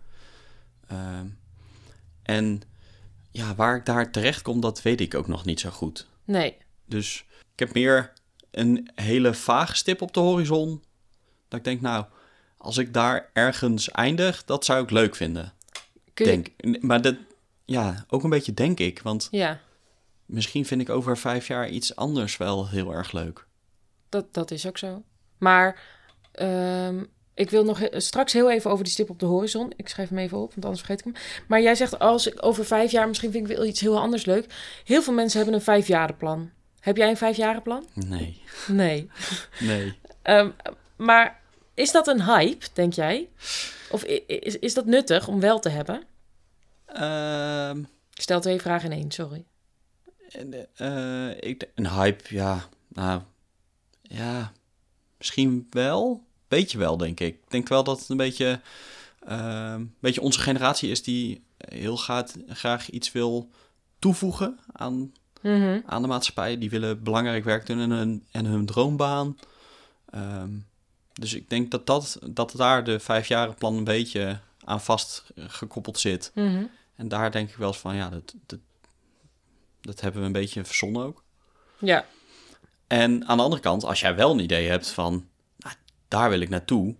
En ja, waar ik daar terecht kom, dat weet ik ook nog niet zo goed. Nee. Dus ik heb meer een hele vage stip op de horizon. Dat ik denk, nou, als ik daar ergens eindig, dat zou ik leuk vinden. Maar dat, ja, ook een beetje denk ik. Want ja. Misschien vind ik over 5 jaar iets anders wel heel erg leuk. Dat is ook zo. Maar ik wil nog straks heel even over die stip op de horizon. Ik schrijf hem even op, want anders vergeet ik hem. Maar jij zegt, als ik over 5 jaar, misschien vind ik wel iets heel anders leuk. Heel veel mensen hebben een 5-jarenplan. Heb jij een 5-jarenplan? Nee. Nee. Nee. Maar is dat een hype, denk jij? Of is dat nuttig om wel te hebben? Ik stel 2 vragen in 1, sorry. Een hype, ja. Nou, ja, misschien wel. Beetje wel, denk ik. Ik denk wel dat het een beetje onze generatie is die heel graag iets wil toevoegen aan de maatschappij. Die willen belangrijk werk doen en hun droombaan. Dus ik denk dat daar de 5-jarenplan een beetje aan vastgekoppeld zit. Mm-hmm. En daar denk ik wel eens van, ja, dat hebben we een beetje verzonnen ook. Ja. En aan de andere kant, als jij wel een idee hebt van, nou, daar wil ik naartoe.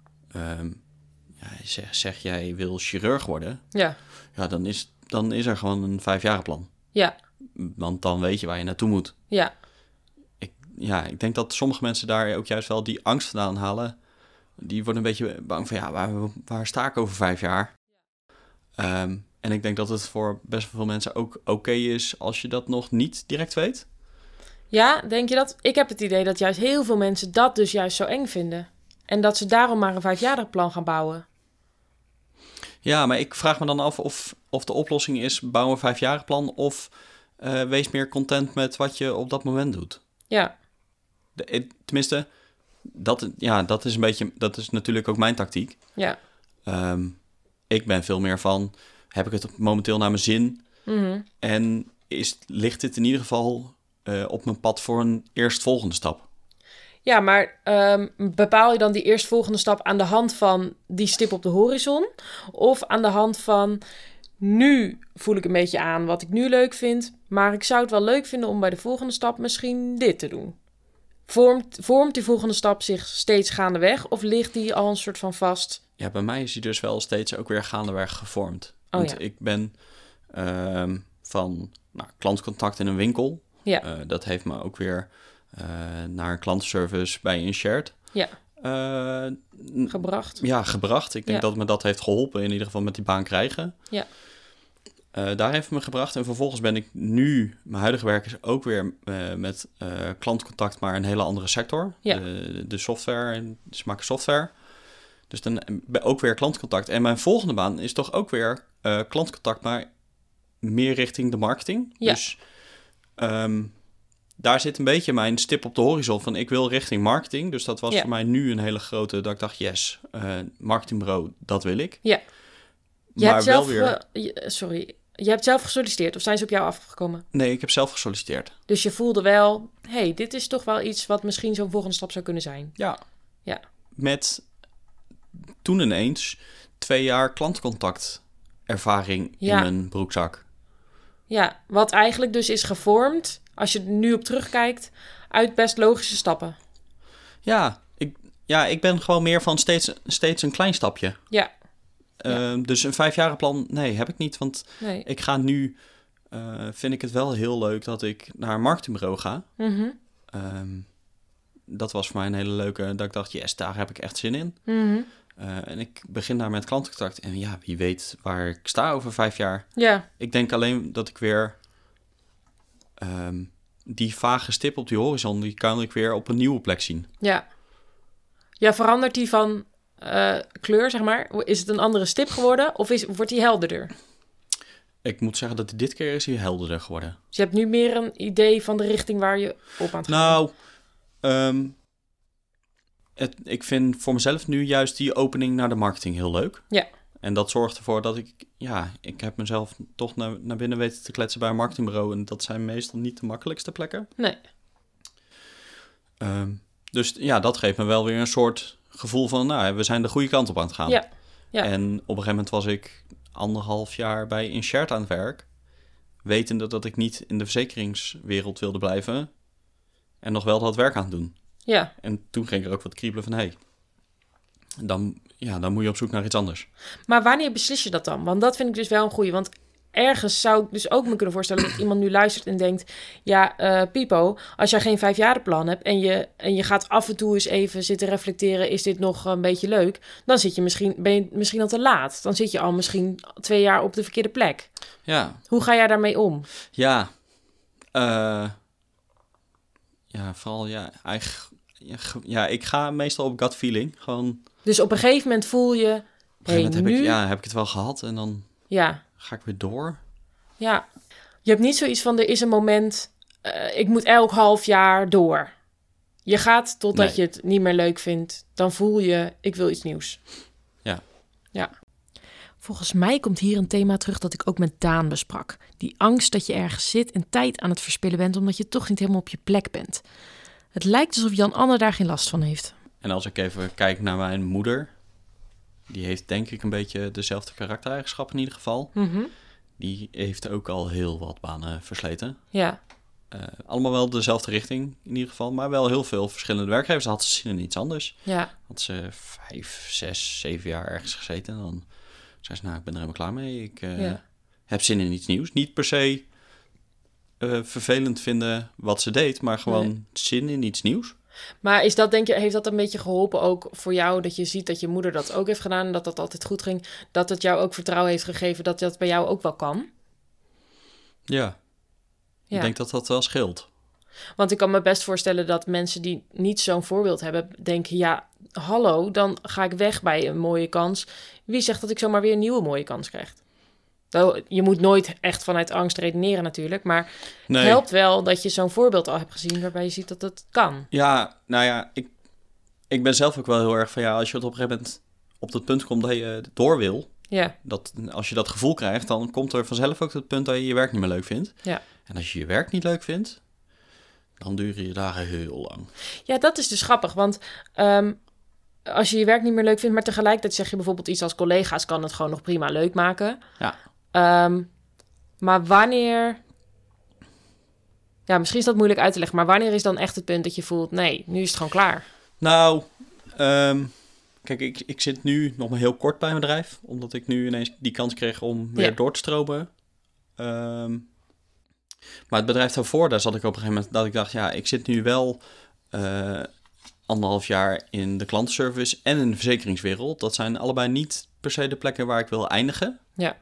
Zeg jij wil chirurg worden. Ja. Ja, dan is er gewoon een 5-jarenplan. Ja. Want dan weet je waar je naartoe moet. Ja. Ik denk dat sommige mensen daar ook juist wel die angst vandaan halen. Die worden een beetje bang van, ja, waar sta ik over 5 jaar? En ik denk dat het voor best veel mensen ook oké is als je dat nog niet direct weet. Ja, denk je dat? Ik heb het idee dat juist heel veel mensen dat dus juist zo eng vinden. En dat ze daarom maar een 5-jarenplan gaan bouwen. Ja, maar ik vraag me dan af of de oplossing is bouw een 5-jarenplan of wees meer content met wat je op dat moment doet. Ja. Tenminste, dat is natuurlijk ook mijn tactiek. Ja. Ik ben veel meer van, heb ik het momenteel naar mijn zin? Mm-hmm. En ligt dit in ieder geval op mijn pad voor een eerstvolgende stap? Ja, maar bepaal je dan die eerstvolgende stap aan de hand van die stip op de horizon? Of aan de hand van, nu voel ik een beetje aan wat ik nu leuk vind, maar ik zou het wel leuk vinden om bij de volgende stap misschien dit te doen? Vormt die volgende stap zich steeds gaandeweg of ligt die al een soort van vast? Ja, bij mij is die dus wel steeds ook weer gaandeweg gevormd. Oh, Want ja. ik ben van klantcontact in een winkel. Ja. Dat heeft me ook weer naar een klantenservice bij Inshared. Ja. Gebracht. Ja, gebracht. Ik denk dat me dat heeft geholpen, in ieder geval met die baan krijgen. Ja. Daar heeft het me gebracht. En vervolgens ben ik nu, mijn huidige werk is ook weer met klantcontact, maar een hele andere sector. Ja. De software, ze maken software. Dus dan ook weer klantcontact. En mijn volgende baan is toch ook weer klantcontact, maar meer richting de marketing. Ja. Dus daar zit een beetje mijn stip op de horizon van ik wil richting marketing. Dus dat was voor mij nu een hele grote, dat ik dacht, yes, marketingbureau, dat wil ik. Ja. Je hebt zelf gesolliciteerd of zijn ze op jou afgekomen? Nee, ik heb zelf gesolliciteerd. Dus je voelde wel, hey, dit is toch wel iets wat misschien zo'n volgende stap zou kunnen zijn. Ja. Ja. Met toen ineens 2 jaar klantcontactervaring in mijn broekzak. Ja, wat eigenlijk dus is gevormd, als je er nu op terugkijkt, uit best logische stappen. Ja, ik ben gewoon meer van steeds een klein stapje. Ja. Dus een 5-jarenplan, nee, heb ik niet. Want ik ga nu, vind ik het wel heel leuk dat ik naar een marketingbureau ga. Mm-hmm. Dat was voor mij een hele leuke, dat ik dacht, yes, daar heb ik echt zin in. Mm-hmm. En ik begin daar met klantcontact. En ja, wie weet waar ik sta over 5 jaar. Ja. Ik denk alleen dat ik weer die vage stip op die horizon, die kan ik weer op een nieuwe plek zien. Ja. Ja, verandert die van kleur, zeg maar? Is het een andere stip geworden of wordt die helderder? Ik moet zeggen dat dit keer is hij helderder geworden. Dus je hebt nu meer een idee van de richting waar je op aan het gaan? Nou, ik vind voor mezelf nu juist die opening naar de marketing heel leuk. Ja. En dat zorgt ervoor dat ik heb mezelf toch naar binnen weten te kletsen bij een marketingbureau. En dat zijn meestal niet de makkelijkste plekken. Nee. Dus ja, dat geeft me wel weer een soort gevoel van, nou, we zijn de goede kant op aan het gaan. Ja. Ja. En op een gegeven moment was ik 1,5 jaar bij Inshared aan het werk, wetende dat ik niet in de verzekeringswereld wilde blijven en nog wel dat werk aan het doen. Ja. En toen ging er ook wat kriebelen van, dan moet je op zoek naar iets anders. Maar wanneer beslis je dat dan? Want dat vind ik dus wel een goeie. Want ergens zou ik dus ook me kunnen voorstellen dat iemand nu luistert en denkt, ja, Pipo, als jij geen 5-jarenplan hebt en je gaat af en toe eens even zitten reflecteren, is dit nog een beetje leuk? Dan ben je misschien al te laat. Dan zit je al misschien 2 jaar op de verkeerde plek. Ja. Hoe ga jij daarmee om? Ja. Vooral ik ga meestal op gut feeling. Gewoon. Dus op een gegeven moment voel je, heb ik het wel gehad en dan ga ik weer door. Ja, je hebt niet zoiets van, er is een moment, ik moet elk half jaar door. Je gaat totdat je het niet meer leuk vindt. Dan voel je, ik wil iets nieuws. Ja. Volgens mij komt hier een thema terug dat ik ook met Daan besprak. Die angst dat je ergens zit en tijd aan het verspillen bent, omdat je toch niet helemaal op je plek bent. Het lijkt alsof Jan-Anne daar geen last van heeft. En als ik even kijk naar mijn moeder, die heeft denk ik een beetje dezelfde karaktereigenschappen in ieder geval. Mm-hmm. Die heeft ook al heel wat banen versleten. Ja. Allemaal wel dezelfde richting in ieder geval, maar wel heel veel verschillende werkgevers. Had ze zin in iets anders. Ja. Had ze 5, 6, 7 jaar ergens gezeten en dan zei ze, nou, ik ben er helemaal klaar mee. Ik heb zin in iets nieuws. Niet per se vervelend vinden wat ze deed, maar gewoon zin in iets nieuws. Maar is dat, denk je, heeft dat een beetje geholpen ook voor jou, dat je ziet dat je moeder dat ook heeft gedaan en dat dat altijd goed ging, dat het jou ook vertrouwen heeft gegeven dat dat bij jou ook wel kan? Ja. Ik denk dat dat wel scheelt. Want ik kan me best voorstellen dat mensen die niet zo'n voorbeeld hebben, denken, ja, hallo, dan ga ik weg bij een mooie kans. Wie zegt dat ik zomaar weer een nieuwe mooie kans krijg? Je moet nooit echt vanuit angst redeneren natuurlijk, maar het helpt wel dat je zo'n voorbeeld al hebt gezien waarbij je ziet dat het kan. Ja, nou ja, ik ben zelf ook wel heel erg van, als je het op een gegeven moment op dat punt komt dat je door wil, als je dat gevoel krijgt, dan komt er vanzelf ook het punt dat je je werk niet meer leuk vindt. Ja. En als je je werk niet leuk vindt, dan duren je dagen heel lang. Ja, dat is dus grappig, want als je je werk niet meer leuk vindt, maar tegelijkertijd zeg je bijvoorbeeld iets als collega's kan het gewoon nog prima leuk maken. Ja. Maar wanneer... Ja, misschien is dat moeilijk uit te leggen, maar wanneer is dan echt het punt dat je voelt, nee, nu is het gewoon klaar? Nou, kijk, ik zit nu nog maar heel kort bij mijn bedrijf, omdat ik nu ineens die kans kreeg om weer door te stromen. Maar het bedrijf daarvoor, daar zat ik op een gegeven moment dat ik dacht, ja, ik zit nu wel 1,5 jaar in de klantenservice en in de verzekeringswereld. Dat zijn allebei niet per se de plekken waar ik wil eindigen. Ja.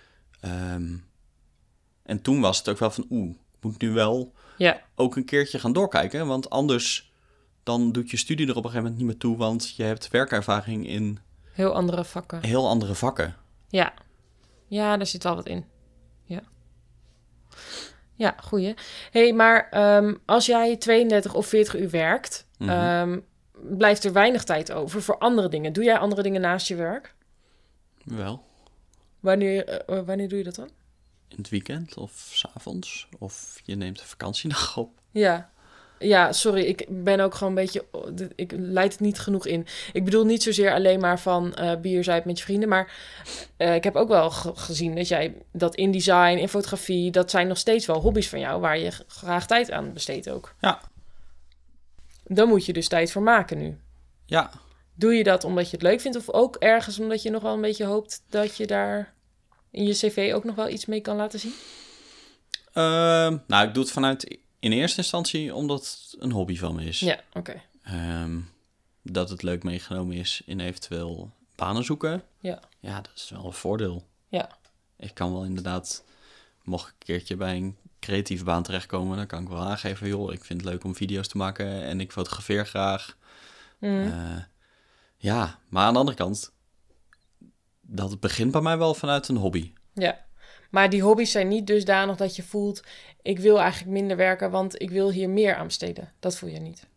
En toen was het ook wel van, ik moet nu wel ook een keertje gaan doorkijken. Want anders dan doet je studie er op een gegeven moment niet meer toe. Want je hebt werkervaring in heel andere vakken. Ja. Ja, daar zit wel wat in. Ja. Ja, goeie. Hey, maar als jij 32 of 40 uur werkt, blijft er weinig tijd over voor andere dingen. Doe jij andere dingen naast je werk? Wel. Wanneer doe je dat dan? In het weekend of 's avonds. Of je neemt een vakantiedag op. Ja, sorry, ik ben ook gewoon een beetje... Ik leid het niet genoeg in. Ik bedoel niet zozeer alleen maar van bier zuipen met je vrienden, maar ik heb ook wel gezien dat jij dat InDesign, in fotografie, dat zijn nog steeds wel hobby's van jou, waar je graag tijd aan besteedt ook. Ja. Dan moet je dus tijd voor maken nu. Ja. Doe je dat omdat je het leuk vindt of ook ergens omdat je nog wel een beetje hoopt dat je daar in je cv ook nog wel iets mee kan laten zien? Nou, ik doe het vanuit in eerste instantie omdat het een hobby van me is. Ja, oké. Dat het leuk meegenomen is in eventueel banen zoeken. Ja. Ja, dat is wel een voordeel. Ja. Ik kan wel inderdaad, mocht ik een keertje bij een creatieve baan terechtkomen, dan kan ik wel aangeven, joh, ik vind het leuk om video's te maken en ik fotografeer graag. Ja, maar aan de andere kant, dat begint bij mij wel vanuit een hobby. Ja, maar die hobby's zijn niet dusdanig dat je voelt, ik wil eigenlijk minder werken, want ik wil hier meer aan besteden. Dat voel je niet?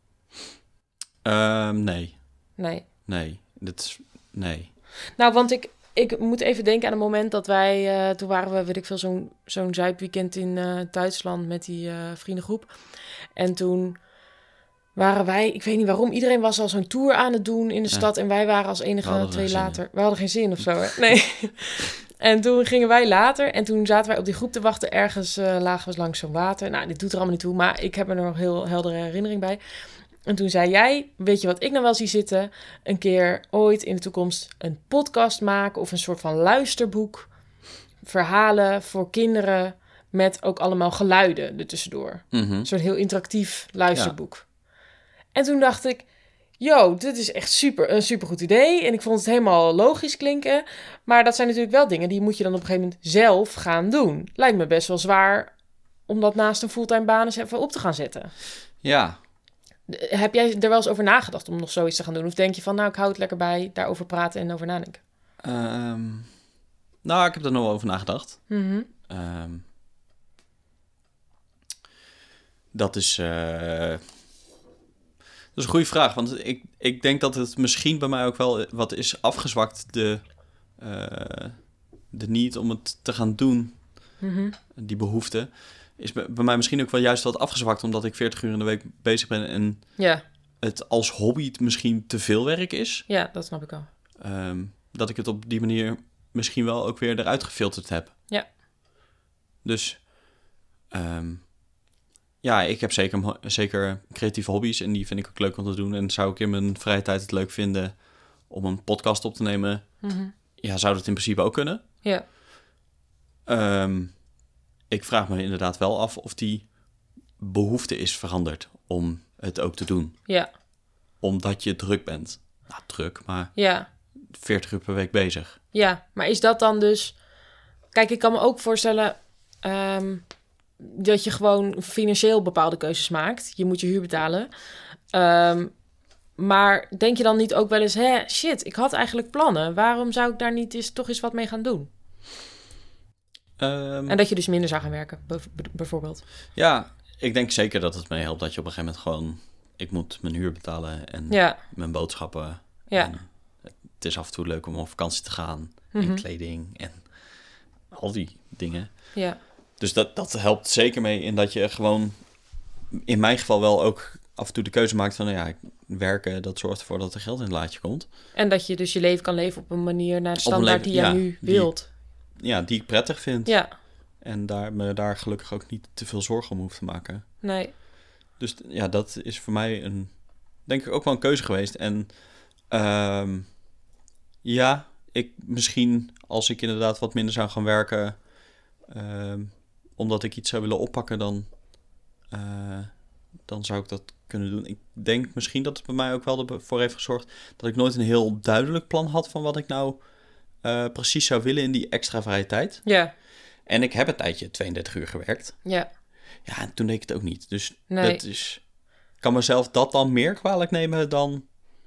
Nee. Nee. Nee. Nou, want ik moet even denken aan een moment dat wij... toen waren we, weet ik veel, zo'n zuipweekend in Duitsland met die vriendengroep. En toen waren wij... Ik weet niet waarom. Iedereen was al zo'n tour aan het doen in de stad. En wij waren als enige 2 later. We hadden geen zin of zo, hè? Nee. En toen gingen wij later. En toen zaten wij op die groep te wachten. Ergens lagen we langs zo'n water. Nou, dit doet er allemaal niet toe. Maar ik heb er nog heel heldere herinnering bij. En toen zei jij, weet je wat ik nou wel zie zitten? Een keer ooit in de toekomst een podcast maken of een soort van luisterboek. Verhalen voor kinderen met ook allemaal geluiden ertussendoor. Een soort heel interactief luisterboek. Ja. En toen dacht ik, dit is echt een supergoed idee. En ik vond het helemaal logisch klinken. Maar dat zijn natuurlijk wel dingen die moet je dan op een gegeven moment zelf gaan doen. Lijkt me best wel zwaar om dat naast een fulltime baan eens even op te gaan zetten. Ja. Heb jij er wel eens over nagedacht om nog zoiets te gaan doen? Of denk je van, nou, ik hou het lekker bij, daarover praten en over nadenken? Nou, ik heb er nog wel over nagedacht. Dat is een goede vraag. Want ik denk dat het misschien bij mij ook wel wat is afgezwakt. De need om het te gaan doen. Die behoefte. Is bij mij misschien ook wel juist wat afgezwakt, omdat ik 40 uur in de week bezig ben en het als hobby misschien te veel werk is. Ja, dat snap ik al. Dat ik het op die manier misschien wel ook weer eruit gefilterd heb. Ja. Dus ik heb zeker creatieve hobby's en die vind ik ook leuk om te doen. En zou ik in mijn vrije tijd het leuk vinden om een podcast op te nemen? Ja, zou dat in principe ook kunnen. Ja. Ik vraag me inderdaad wel af of die behoefte is veranderd om het ook te doen. Ja. Omdat je druk bent. Nou, druk, maar 40 uur per week bezig. Ja, maar is dat dan dus... Kijk, ik kan me ook voorstellen dat je gewoon financieel bepaalde keuzes maakt. Je moet je huur betalen. Maar denk je dan niet ook wel eens... shit, ik had eigenlijk plannen. Waarom zou ik daar niet toch eens wat mee gaan doen? En dat je dus minder zou gaan werken, bijvoorbeeld. Ja, ik denk zeker dat het mee helpt dat je op een gegeven moment gewoon... Ik moet mijn huur betalen en mijn boodschappen. Ja. En het is af en toe leuk om op vakantie te gaan. En kleding en al die dingen. Ja. Dus dat helpt zeker mee in dat je gewoon... In mijn geval wel ook af en toe de keuze maakt van... werken, dat zorgt ervoor dat er geld in het laadje komt. En dat je dus je leven kan leven op een manier naar de standaard die jij nu wilt. Die ik prettig vind. Ja. En me daar gelukkig ook niet te veel zorgen om hoef te maken. Nee. Dus dat is voor mij denk ik ook wel een keuze geweest. En misschien als ik inderdaad wat minder zou gaan werken... omdat ik iets zou willen oppakken, dan zou ik dat kunnen doen. Ik denk misschien dat het bij mij ook wel ervoor heeft gezorgd dat ik nooit een heel duidelijk plan had van wat ik nou precies zou willen in die extra vrije tijd. Ja. En ik heb een tijdje 32 uur gewerkt. Ja. Ja, en toen deed ik het ook niet. Dus Nee. dat is... Ik kan mezelf dat dan meer kwalijk nemen dan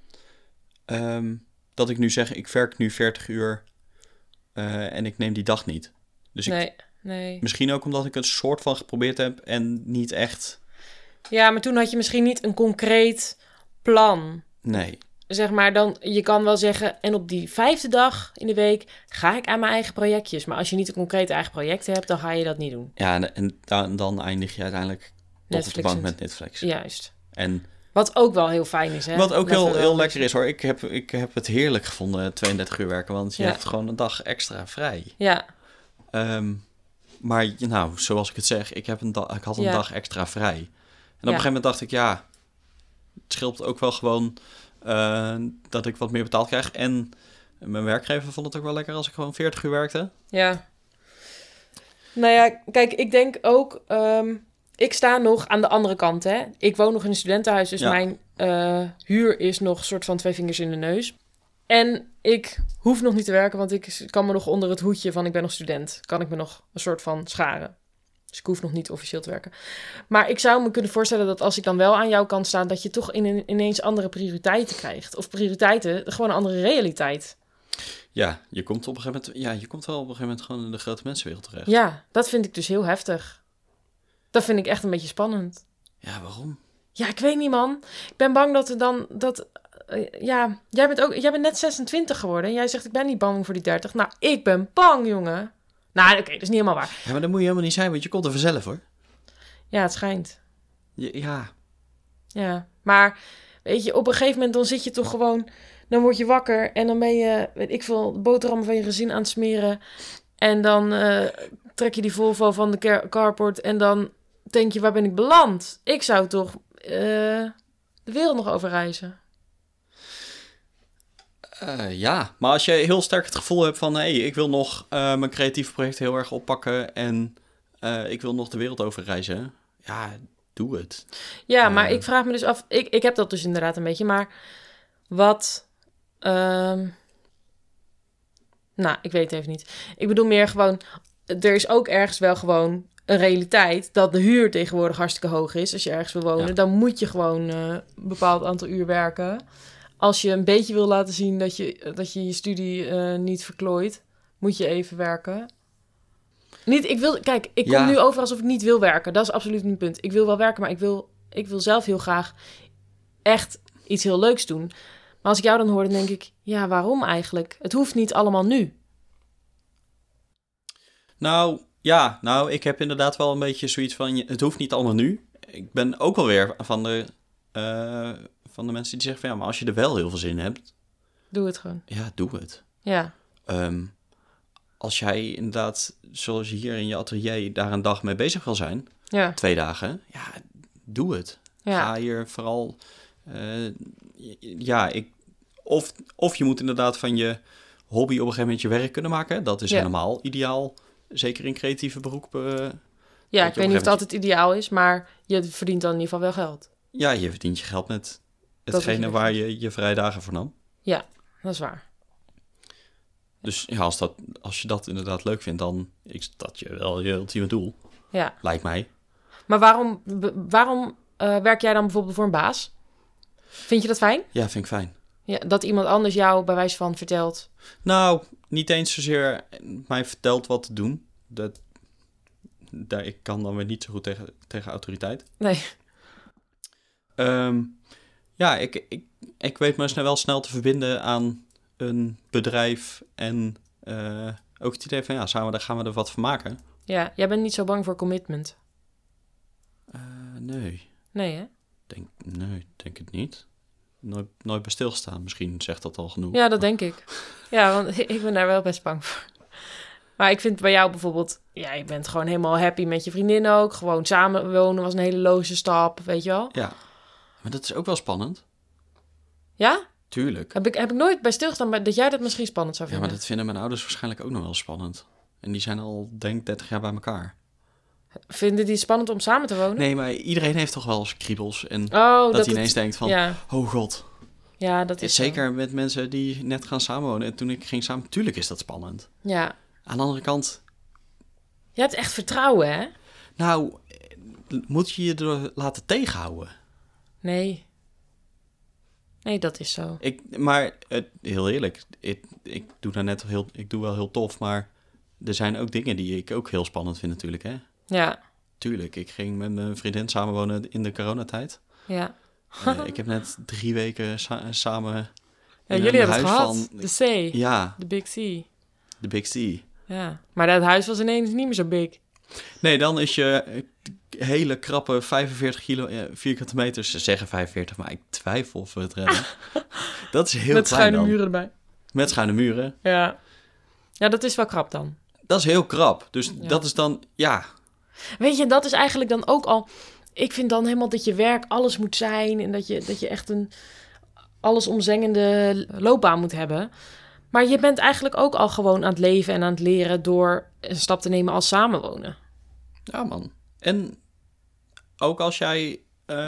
dat ik nu zeg, ik werk nu 40 uur en ik neem die dag niet. Dus Nee. Misschien ook omdat ik het soort van geprobeerd heb en niet echt... Ja, maar toen had je misschien niet een concreet plan. Nee. Zeg maar, dan, je kan wel zeggen, en op die 5e dag in de week ga ik aan mijn eigen projectjes. Maar als je niet een concreet eigen project hebt, dan ga je dat niet doen. Ja, en dan eindig je uiteindelijk toch op de bank met Netflix. Juist. En wat ook wel heel fijn is, hè? Wat ook heel lekker is, hoor. Ik heb het heerlijk gevonden, 32 uur werken, want je hebt gewoon een dag extra vrij. Ja. Maar nou, zoals ik het zeg, ik had een dag extra vrij. En op een gegeven moment dacht ik, ja, het scheelt ook wel gewoon dat ik wat meer betaald krijg. En mijn werkgever vond het ook wel lekker als ik gewoon 40 uur werkte. Ja. Nou ja, kijk, ik denk ook... ik sta nog aan de andere kant, hè. Ik woon nog in een studentenhuis, dus mijn huur is nog soort van 2 vingers in de neus. En ik hoef nog niet te werken, want ik kan me nog onder het hoedje van ik ben nog student. Kan ik me nog een soort van scharen. Dus ik hoef nog niet officieel te werken. Maar ik zou me kunnen voorstellen dat als ik dan wel aan jouw kant sta, dat je toch ineens andere prioriteiten krijgt. Of prioriteiten, gewoon een andere realiteit. Ja, je komt op een gegeven moment, je komt wel op een gegeven moment gewoon in de grote mensenwereld terecht. Ja, dat vind ik dus heel heftig. Dat vind ik echt een beetje spannend. Ja, waarom? Ja, ik weet niet, man. Ik ben bang dat er dan... jij bent net 26 geworden. En jij zegt, ik ben niet bang voor die 30. Nou, ik ben bang, jongen. Nou, oké, dat is niet helemaal waar. Ja, maar dat moet je helemaal niet zijn, want je komt er vanzelf, hoor. Ja, het schijnt. Ja. Ja, maar weet je, op een gegeven moment dan zit je toch gewoon... Dan word je wakker en dan ben je, weet ik veel, boterhammen van je gezin aan het smeren. En dan trek je die Volvo van de carport en dan denk je, waar ben ik beland? Ik zou toch de wereld nog overreizen. Ja, maar als je heel sterk het gevoel hebt van... hey, ik wil nog mijn creatieve project heel erg oppakken... en ik wil nog de wereld overreizen... ja, doe het. Ja, maar ik vraag me dus af... Ik heb dat dus inderdaad een beetje, maar... wat... nou, ik weet het even niet. Ik bedoel meer gewoon... er is ook ergens wel gewoon een realiteit... dat de huur tegenwoordig hartstikke hoog is... als je ergens wil wonen. Dan moet je gewoon een bepaald aantal uur werken... Als je een beetje wil laten zien dat je studie niet verklooit, moet je even werken. Ik kom nu over alsof ik niet wil werken. Dat is absoluut niet het punt. Ik wil wel werken, maar ik wil zelf heel graag echt iets heel leuks doen. Maar als ik jou dan hoor, dan denk ik, ja, waarom eigenlijk? Het hoeft niet allemaal nu. Nou, ik heb inderdaad wel een beetje zoiets van, het hoeft niet allemaal nu. Ik ben ook wel weer van de mensen die zeggen van, ja, maar als je er wel heel veel zin in hebt... Doe het gewoon. Ja, doe het. Ja. Als jij inderdaad, zoals je hier in je atelier, daar een dag mee bezig wil zijn... 2 dagen, ja, doe het. Ja. Ga hier vooral... Of je moet inderdaad van je hobby op een gegeven moment je werk kunnen maken. Dat is helemaal ideaal. Zeker in creatieve beroepen. Ja, ik weet niet of het altijd ideaal is, maar je verdient dan in ieder geval wel geld. Ja, je verdient je geld met hetgene waar je je vrije dagen voor nam. Ja, dat is waar. Dus ja, als je dat inderdaad leuk vindt, dan is dat je wel je ultieme doel. Ja. Lijkt mij. Maar waarom werk jij dan bijvoorbeeld voor een baas? Vind je dat fijn? Ja, vind ik fijn. Ja, dat iemand anders jou bij wijze van vertelt? Nou, niet eens zozeer mij vertelt wat te doen. Ik kan dan weer niet zo goed tegen autoriteit. Nee. Ja, ik weet me wel snel te verbinden aan een bedrijf en ook het idee van, ja, samen daar gaan we er wat van maken. Ja, jij bent niet zo bang voor commitment? Nee. Nee, hè? Denk het niet. Nooit bij stilstaan. Misschien zegt dat al genoeg. Ja, dat denk ik. Ja, want ik ben daar wel best bang voor. Maar ik vind bij jou bijvoorbeeld... Ja, je bent gewoon helemaal happy met je vriendin ook. Gewoon samenwonen was een hele logische stap, weet je wel? Ja, maar dat is ook wel spannend. Ja? Tuurlijk. Heb ik nooit bij stilgestaan, maar dat jij dat misschien spannend zou vinden. Ja, maar dat vinden mijn ouders waarschijnlijk ook nog wel spannend. En die zijn al, denk ik, 30 jaar bij elkaar. Vinden die het spannend om samen te wonen? Nee, maar iedereen heeft toch wel eens kriebels. En dat hij ineens denkt van, ja. oh god. Ja, dat is zeker zo. met mensen die net gaan samenwonen. En toen ik ging samen, tuurlijk is dat spannend. Ja. Aan de andere kant... Je hebt echt vertrouwen, hè? Nou, moet je je er laten tegenhouden? Nee, dat is zo. Maar heel eerlijk, ik doe daar net ik doe wel heel tof, maar er zijn ook dingen die ik ook heel spannend vind natuurlijk, hè? Ja. Tuurlijk, ik ging met mijn vriendin samenwonen in de coronatijd. Ja. Ik heb net 3 weken samen Ja, in jullie een hebben het huis gehad, van... de C. Ja. De Big C. De Big C. Ja, maar dat huis was ineens niet meer zo big. Nee, dan is je hele krappe 45 kilo vierkante meters. Ze zeggen 45, maar ik twijfel of we het redden. Dat is heel met klein schuine dan. muren erbij. Met schuine muren. Ja. Ja, dat is wel krap dan. Dat is heel krap. Dus dat is dan, ja... Weet je, dat is eigenlijk dan ook al... Ik vind dan helemaal dat je werk alles moet zijn... en dat je echt een allesomzengende loopbaan moet hebben. Maar je bent eigenlijk ook al gewoon aan het leven en aan het leren... door een stap te nemen als samenwonen. Ja, man. En ook als jij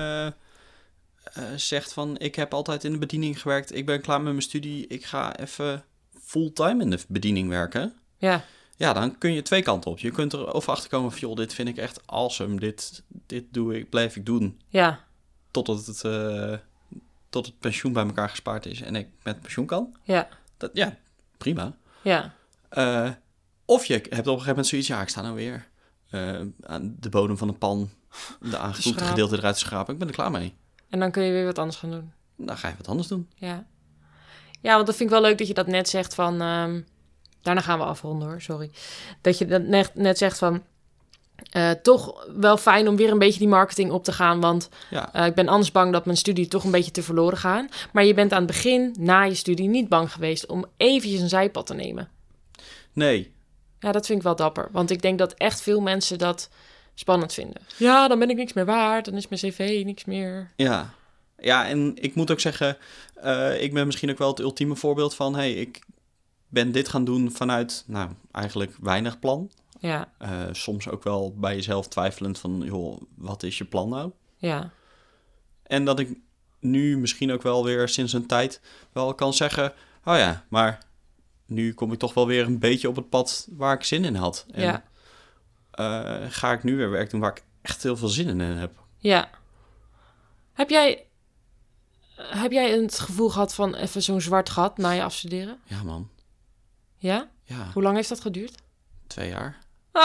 zegt van... ik heb altijd in de bediening gewerkt... ik ben klaar met mijn studie... ik ga even fulltime in de bediening werken... Ja. Ja, dan kun je 2 kanten op. Je kunt er over achter komen van... joh, dit vind ik echt awesome. Dit blijf ik doen. Ja. Tot het pensioen bij elkaar gespaard is... en ik met pensioen kan. Ja. Ja, prima. Ja. Of je hebt op een gegeven moment zoiets... ja, ik sta nou weer aan de bodem van een pan... de aangekoekte gedeelte eruit te schrapen. Ik ben er klaar mee. En dan kun je weer wat anders gaan doen. Dan ga je wat anders doen. Ja. Ja, want dat vind ik wel leuk dat je dat net zegt van... daarna gaan we afronden hoor, sorry. Dat je dat net zegt van... toch wel fijn om weer een beetje die marketing op te gaan. Want ik ben anders bang dat mijn studie toch een beetje te verloren gaan. Maar je bent aan het begin, na je studie, niet bang geweest... om eventjes een zijpad te nemen. Nee. Ja, dat vind ik wel dapper. Want ik denk dat echt veel mensen dat spannend vinden. Ja, dan ben ik niks meer waard. Dan is mijn cv niks meer. Ja. Ja, en ik moet ook zeggen... ik ben misschien ook wel het ultieme voorbeeld van... hey, ik ben dit gaan doen vanuit, nou, eigenlijk weinig plan. Ja. Soms ook wel bij jezelf twijfelend van... joh, wat is je plan nou? Ja. En dat ik nu misschien ook wel weer sinds een tijd... wel kan zeggen... oh ja, maar nu kom ik toch wel weer een beetje op het pad... waar ik zin in had. En ga ik nu weer werk doen waar ik echt heel veel zin in heb. Ja. Heb jij het gevoel gehad van even zo'n zwart gat na je afstuderen? Ja, man. Ja? Ja. Hoe lang heeft dat geduurd? 2 jaar.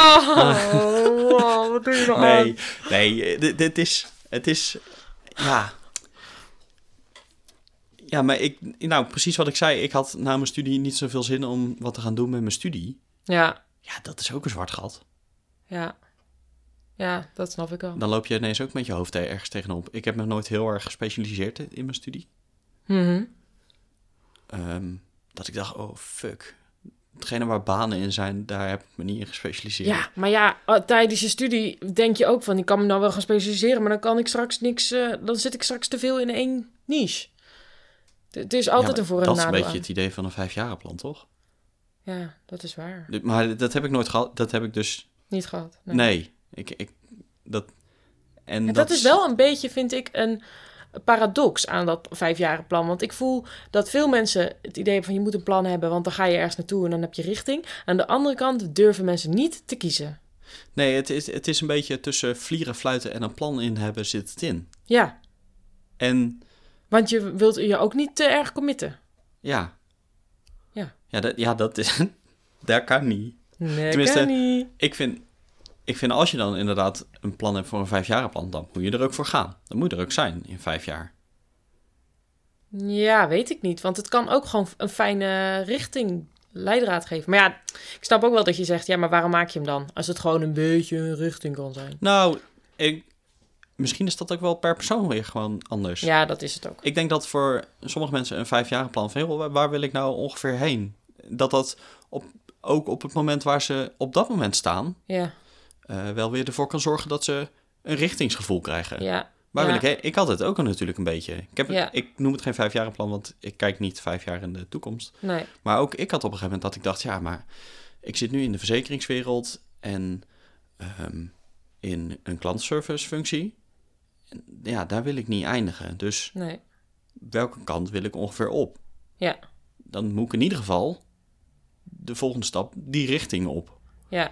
Oh, wat doe je nou Nee, het is, ja... Ja, maar precies wat ik zei. Ik had na mijn studie niet zoveel zin om wat te gaan doen met mijn studie. Ja. Ja, dat is ook een zwart gat. Ja. Ja, dat snap ik wel. Dan loop je ineens ook met je hoofd ergens tegenop. Ik heb me nooit heel erg gespecialiseerd in mijn studie. Dat ik dacht, oh fuck. Hetgene waar banen in zijn, daar heb ik me niet in gespecialiseerd. Ja, maar ja, tijdens je studie denk je ook van... ik kan me nou wel gaan specialiseren, maar dan kan ik straks niks... dan zit ik straks te veel in 1 niche. Het is altijd een voor- en nadeel. Dat is een beetje het idee van een 5-jarenplan, toch? Ja, dat is waar. Maar dat heb ik nooit gehad. Dat heb ik dus... Niet gehad. Nee. Dat is wel een beetje, vind ik, een paradox aan dat 5-jarenplan. Want ik voel dat veel mensen het idee hebben van... je moet een plan hebben, want dan ga je ergens naartoe en dan heb je richting. Aan de andere kant durven mensen niet te kiezen. Nee, het is een beetje tussen vlieren, fluiten en een plan in hebben zit het in. Ja. Want je wilt je ook niet te erg committen. Ja. Ja. Dat is... dat kan niet. Nee, tenminste, kan niet. Ik vind als je dan inderdaad een plan hebt voor een 5-jarenplan... dan moet je er ook voor gaan. Dan moet je er ook zijn in 5 jaar. Ja, weet ik niet. Want het kan ook gewoon een fijne richting, leidraad geven. Maar ja, ik snap ook wel dat je zegt... ja, maar waarom maak je hem dan? Als het gewoon een beetje een richting kan zijn. Nou, misschien is dat ook wel per persoon weer gewoon anders. Ja, dat is het ook. Ik denk dat voor sommige mensen een 5-jarenplan... van joh, waar wil ik nou ongeveer heen? Dat ook op het moment waar ze op dat moment staan... Ja. Wel weer ervoor kan zorgen dat ze een richtingsgevoel krijgen. Ja. Waar wil ik heen? Ik had het ook natuurlijk een beetje. Ik noem het geen 5-jarenplan, want ik kijk niet 5 jaar in de toekomst. Nee. Maar ook ik had op een gegeven moment dat ik dacht... ja, maar ik zit nu in de verzekeringswereld... en in een klantenservice functie. Ja, daar wil ik niet eindigen. Dus welke kant wil ik ongeveer op? Ja. Dan moet ik in ieder geval de volgende stap die richting op. Ja.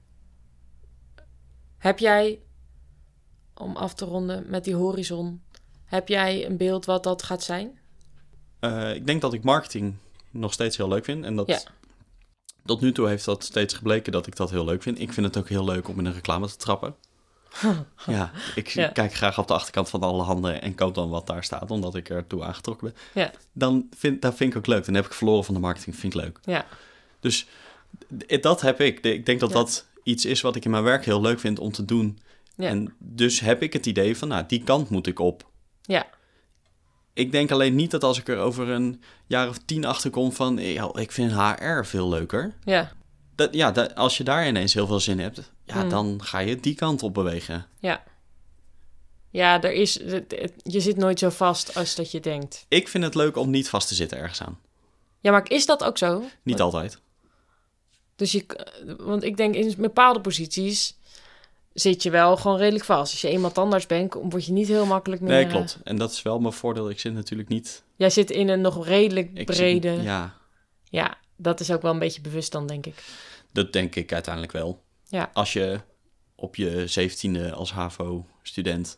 Heb jij, om af te ronden met die horizon, heb jij een beeld wat dat gaat zijn? Ik denk dat ik marketing nog steeds heel leuk vind. En dat tot nu toe heeft dat steeds gebleken dat ik dat heel leuk vind. Ik vind het ook heel leuk om in een reclame te trappen. Ja, ik kijk graag op de achterkant van alle handen en koop dan wat daar staat, omdat ik ertoe aangetrokken ben. Ja. Dat vind ik ook leuk. Dan heb ik verloren van de marketing, vind ik leuk. Ja. Dus dat heb ik. Ik denk dat dat iets is wat ik in mijn werk heel leuk vind om te doen. Ja. En dus heb ik het idee van, die kant moet ik op. Ja. Ik denk alleen niet dat als ik er over een jaar of 10 achter kom van, ik vind HR veel leuker. Ja. Als je daar ineens heel veel zin in hebt, dan ga je die kant op bewegen. Ja. Ja, je zit nooit zo vast als dat je denkt. Ik vind het leuk om niet vast te zitten ergens aan. Ja, maar is dat ook zo? Niet altijd. Dus want ik denk in bepaalde posities zit je wel gewoon redelijk vast. Als je eenmaal tandarts bent, word je niet heel makkelijk meer... Nee, klopt. En dat is wel mijn voordeel. Ik zit natuurlijk niet... Jij zit in een nog redelijk brede... Ja, dat is ook wel een beetje bewust dan, denk ik. Dat denk ik uiteindelijk wel. Ja. Als je op je 17e als HAVO-student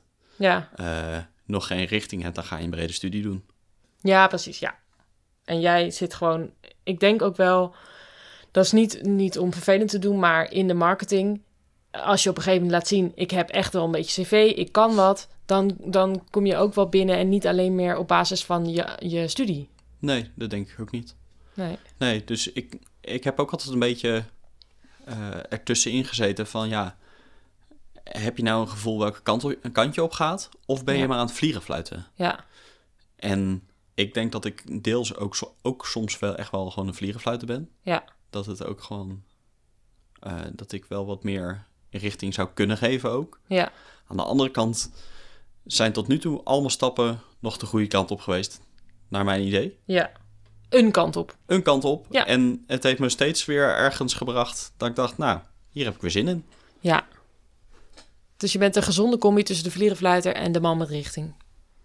nog geen richting hebt, dan ga je een brede studie doen. Ja, precies, ja. En jij zit gewoon... Ik denk ook wel... Dat is niet om vervelend te doen, maar in de marketing... Als je op een gegeven moment laat zien, ik heb echt wel een beetje cv, ik kan wat, dan kom je ook wel binnen en niet alleen meer op basis van je studie. Nee, dat denk ik ook niet. Nee, dus ik heb ook altijd een beetje ertussenin gezeten van heb je nou een gevoel welke kant je op gaat? Of ben je maar aan het vliegen fluiten? Ja. En ik denk dat ik deels ook soms wel echt wel gewoon een vliegenfluiter ben. Ja. Dat het ook gewoon, dat ik wel wat meer richting zou kunnen geven ook. Ja. Aan de andere kant zijn tot nu toe allemaal stappen nog de goede kant op geweest, naar mijn idee. Ja, een kant op. Een kant op. Ja. En het heeft me steeds weer ergens gebracht dat ik dacht, hier heb ik weer zin in. Ja. Dus je bent een gezonde combi tussen de vlierenfluiter en de man met richting.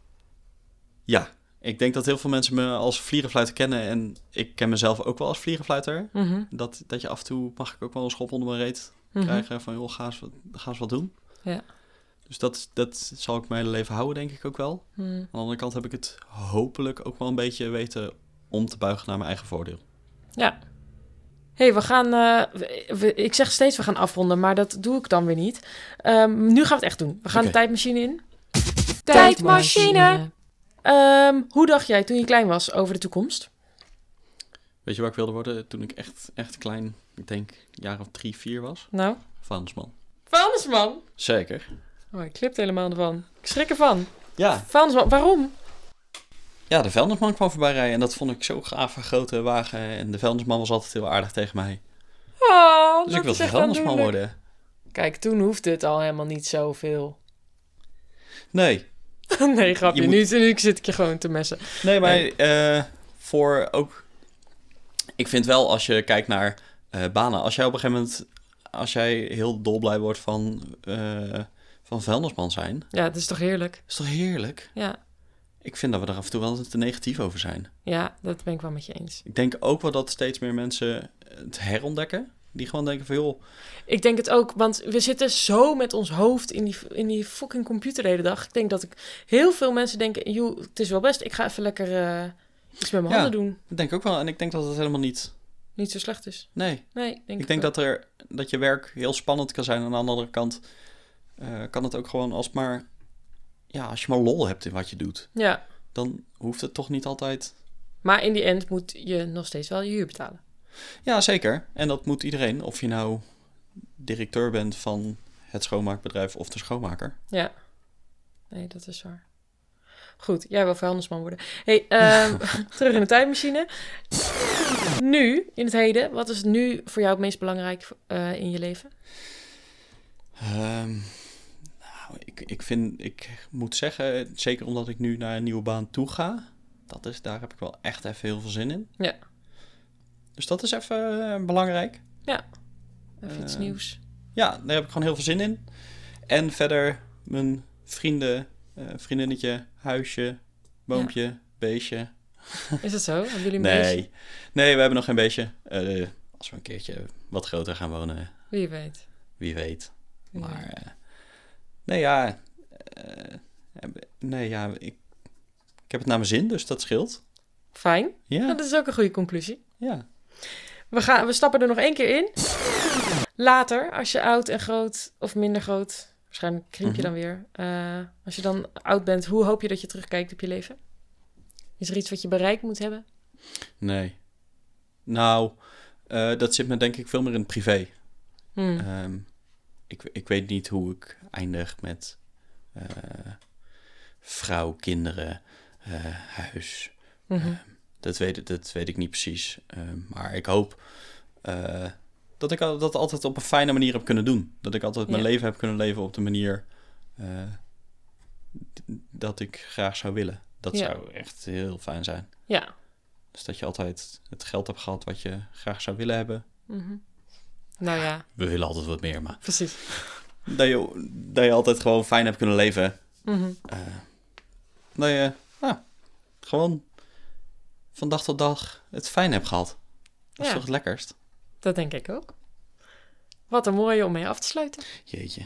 Ja, ik denk dat heel veel mensen me als vlierenfluiter kennen en ik ken mezelf ook wel als vlierenfluiter. Mm-hmm. Dat je af en toe mag ik ook wel een schop onder mijn reet krijgen van, joh, ga eens wat doen. Ja. Dus dat zal ik mijn hele leven houden, denk ik ook wel. Aan de andere kant heb ik het hopelijk ook wel een beetje weten om te buigen naar mijn eigen voordeel. Ja. Hey, we gaan... ik zeg steeds we gaan afronden, maar dat doe ik dan weer niet. Nu gaan we het echt doen. We gaan de tijdmachine in. Tijdmachine! Hoe dacht jij toen je klein was over de toekomst? Weet je waar ik wilde worden toen ik echt klein, ik denk een jaar of 3, 4 was? Nou? Vuilnisman. Vuilnisman? Zeker. Oh, ik klip helemaal ervan. Ik schrik ervan. Ja. Vuilnisman, waarom? Ja, de vuilnisman kwam voorbij rijden en dat vond ik zo gaaf, een grote wagen. En de vuilnisman was altijd heel aardig tegen mij. Oh, dus ik wilde vuilnisman worden. Kijk, toen hoefde het al helemaal niet zoveel. Nee. Nee, grapje. Nu zit ik je gewoon te messen. Nee, maar voor ook... Ik vind wel, als je kijkt naar banen... Als jij op een gegeven moment... Als jij heel dolblij wordt van vuilnisman zijn... Ja, dat is toch heerlijk? Dat is toch heerlijk? Ja. Ik vind dat we er af en toe wel te negatief over zijn. Ja, dat ben ik wel met je eens. Ik denk ook wel dat steeds meer mensen het herontdekken. Die gewoon denken van, joh... Ik denk het ook, want we zitten zo met ons hoofd in die fucking computer de hele dag. Ik denk dat heel veel mensen denken, joh, het is wel best, ik ga even lekker iets met mijn handen doen. Dat denk ik ook wel. En ik denk dat het helemaal niet zo slecht is. Nee. Ik denk dat je werk heel spannend kan zijn. Aan de andere kant kan het ook gewoon als je maar lol hebt in wat je doet. Ja. Dan hoeft het toch niet altijd... Maar in die end moet je nog steeds wel je huur betalen. Ja, zeker. En dat moet iedereen. Of je nou directeur bent van het schoonmaakbedrijf of de schoonmaker. Ja. Nee, dat is waar. Goed, jij wil vuilnisman worden. Hey, terug in de tijdmachine. Nu, in het heden, wat is nu voor jou het meest belangrijk in je leven? Ik moet zeggen, zeker omdat ik nu naar een nieuwe baan toe ga, daar heb ik wel echt even heel veel zin in. Ja. Dus dat is even belangrijk. Ja, even iets nieuws. Ja, daar heb ik gewoon heel veel zin in. En verder mijn vrienden, vriendinnetje, huisje, boompje, beestje. Is het zo? Hebben jullie een Nee. beestje? Nee, we hebben nog geen beestje. Als we een keertje wat groter gaan wonen, Wie weet. wie weet. Wie weet. Maar ik heb het naar mijn zin, dus dat scheelt. Fijn. Ja. Dat is ook een goede conclusie. Ja. We stappen er nog 1 keer in. Later, als je oud en groot of minder groot, waarschijnlijk kriep je dan weer. Als je dan oud bent, hoe hoop je dat je terugkijkt op je leven? Is er iets wat je bereikt moet hebben? Nee. Nou, dat zit me denk ik veel meer in het privé. Ik weet niet hoe ik eindig met vrouw, kinderen, huis. Dat weet ik niet precies. Maar ik hoop dat ik dat altijd op een fijne manier heb kunnen doen. Dat ik altijd mijn leven heb kunnen leven op de manier dat ik graag zou willen. Dat zou echt heel fijn zijn. Ja. Dus dat je altijd het geld hebt gehad wat je graag zou willen hebben. Nou ja. We willen altijd wat meer, maar... Precies. Dat je altijd gewoon fijn hebt kunnen leven. Dat je gewoon van dag tot dag het fijn hebt gehad. Dat is toch het lekkerst? Dat denk ik ook. Wat een mooie om mee af te sluiten. Jeetje.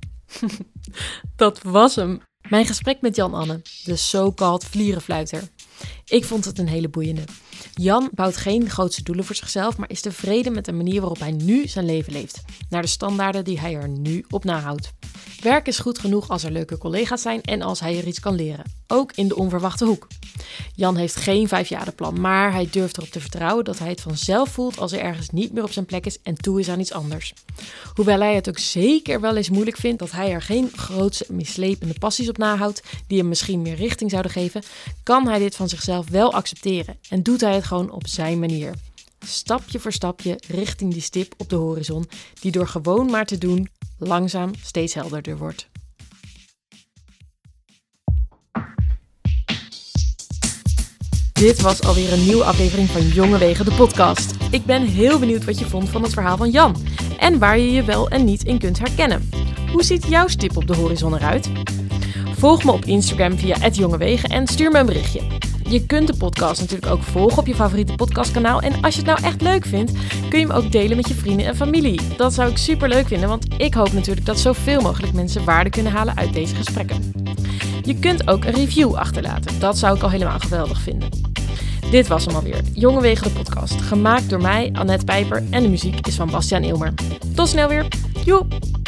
Dat was hem. Mijn gesprek met Jan-Anne, de so-called vlierenfluiter. Ik vond het een hele boeiende. Jan bouwt geen grootste doelen voor zichzelf, maar is tevreden met de manier waarop hij nu zijn leven leeft. Naar de standaarden die hij er nu op nahoudt. Werk is goed genoeg als er leuke collega's zijn en als hij er iets kan leren. Ook in de onverwachte hoek. Jan heeft geen 5-jarenplan, maar hij durft erop te vertrouwen dat hij het vanzelf voelt als hij ergens niet meer op zijn plek is en toe is aan iets anders. Hoewel hij het ook zeker wel eens moeilijk vindt dat hij er geen grootse mislepende passies op nahoudt die hem misschien meer richting zouden geven, kan hij dit van zichzelf wel accepteren en doet hij het gewoon op zijn manier. Stapje voor stapje richting die stip op de horizon die door gewoon maar te doen langzaam steeds helderder wordt. Dit was alweer een nieuwe aflevering van Jonge Wegen, de podcast. Ik ben heel benieuwd wat je vond van het verhaal van Jan en waar je je wel en niet in kunt herkennen. Hoe ziet jouw stip op de horizon eruit? Volg me op Instagram via @jongewegen en stuur me een berichtje. Je kunt de podcast natuurlijk ook volgen op je favoriete podcastkanaal. En als je het nou echt leuk vindt, kun je hem ook delen met je vrienden en familie. Dat zou ik super leuk vinden, want ik hoop natuurlijk dat zoveel mogelijk mensen waarde kunnen halen uit deze gesprekken. Je kunt ook een review achterlaten. Dat zou ik al helemaal geweldig vinden. Dit was hem alweer. Jonge Wegen, de podcast. Gemaakt door mij, Annette Pijper, en de muziek is van Bastiaan Ilmer. Tot snel weer. Joe!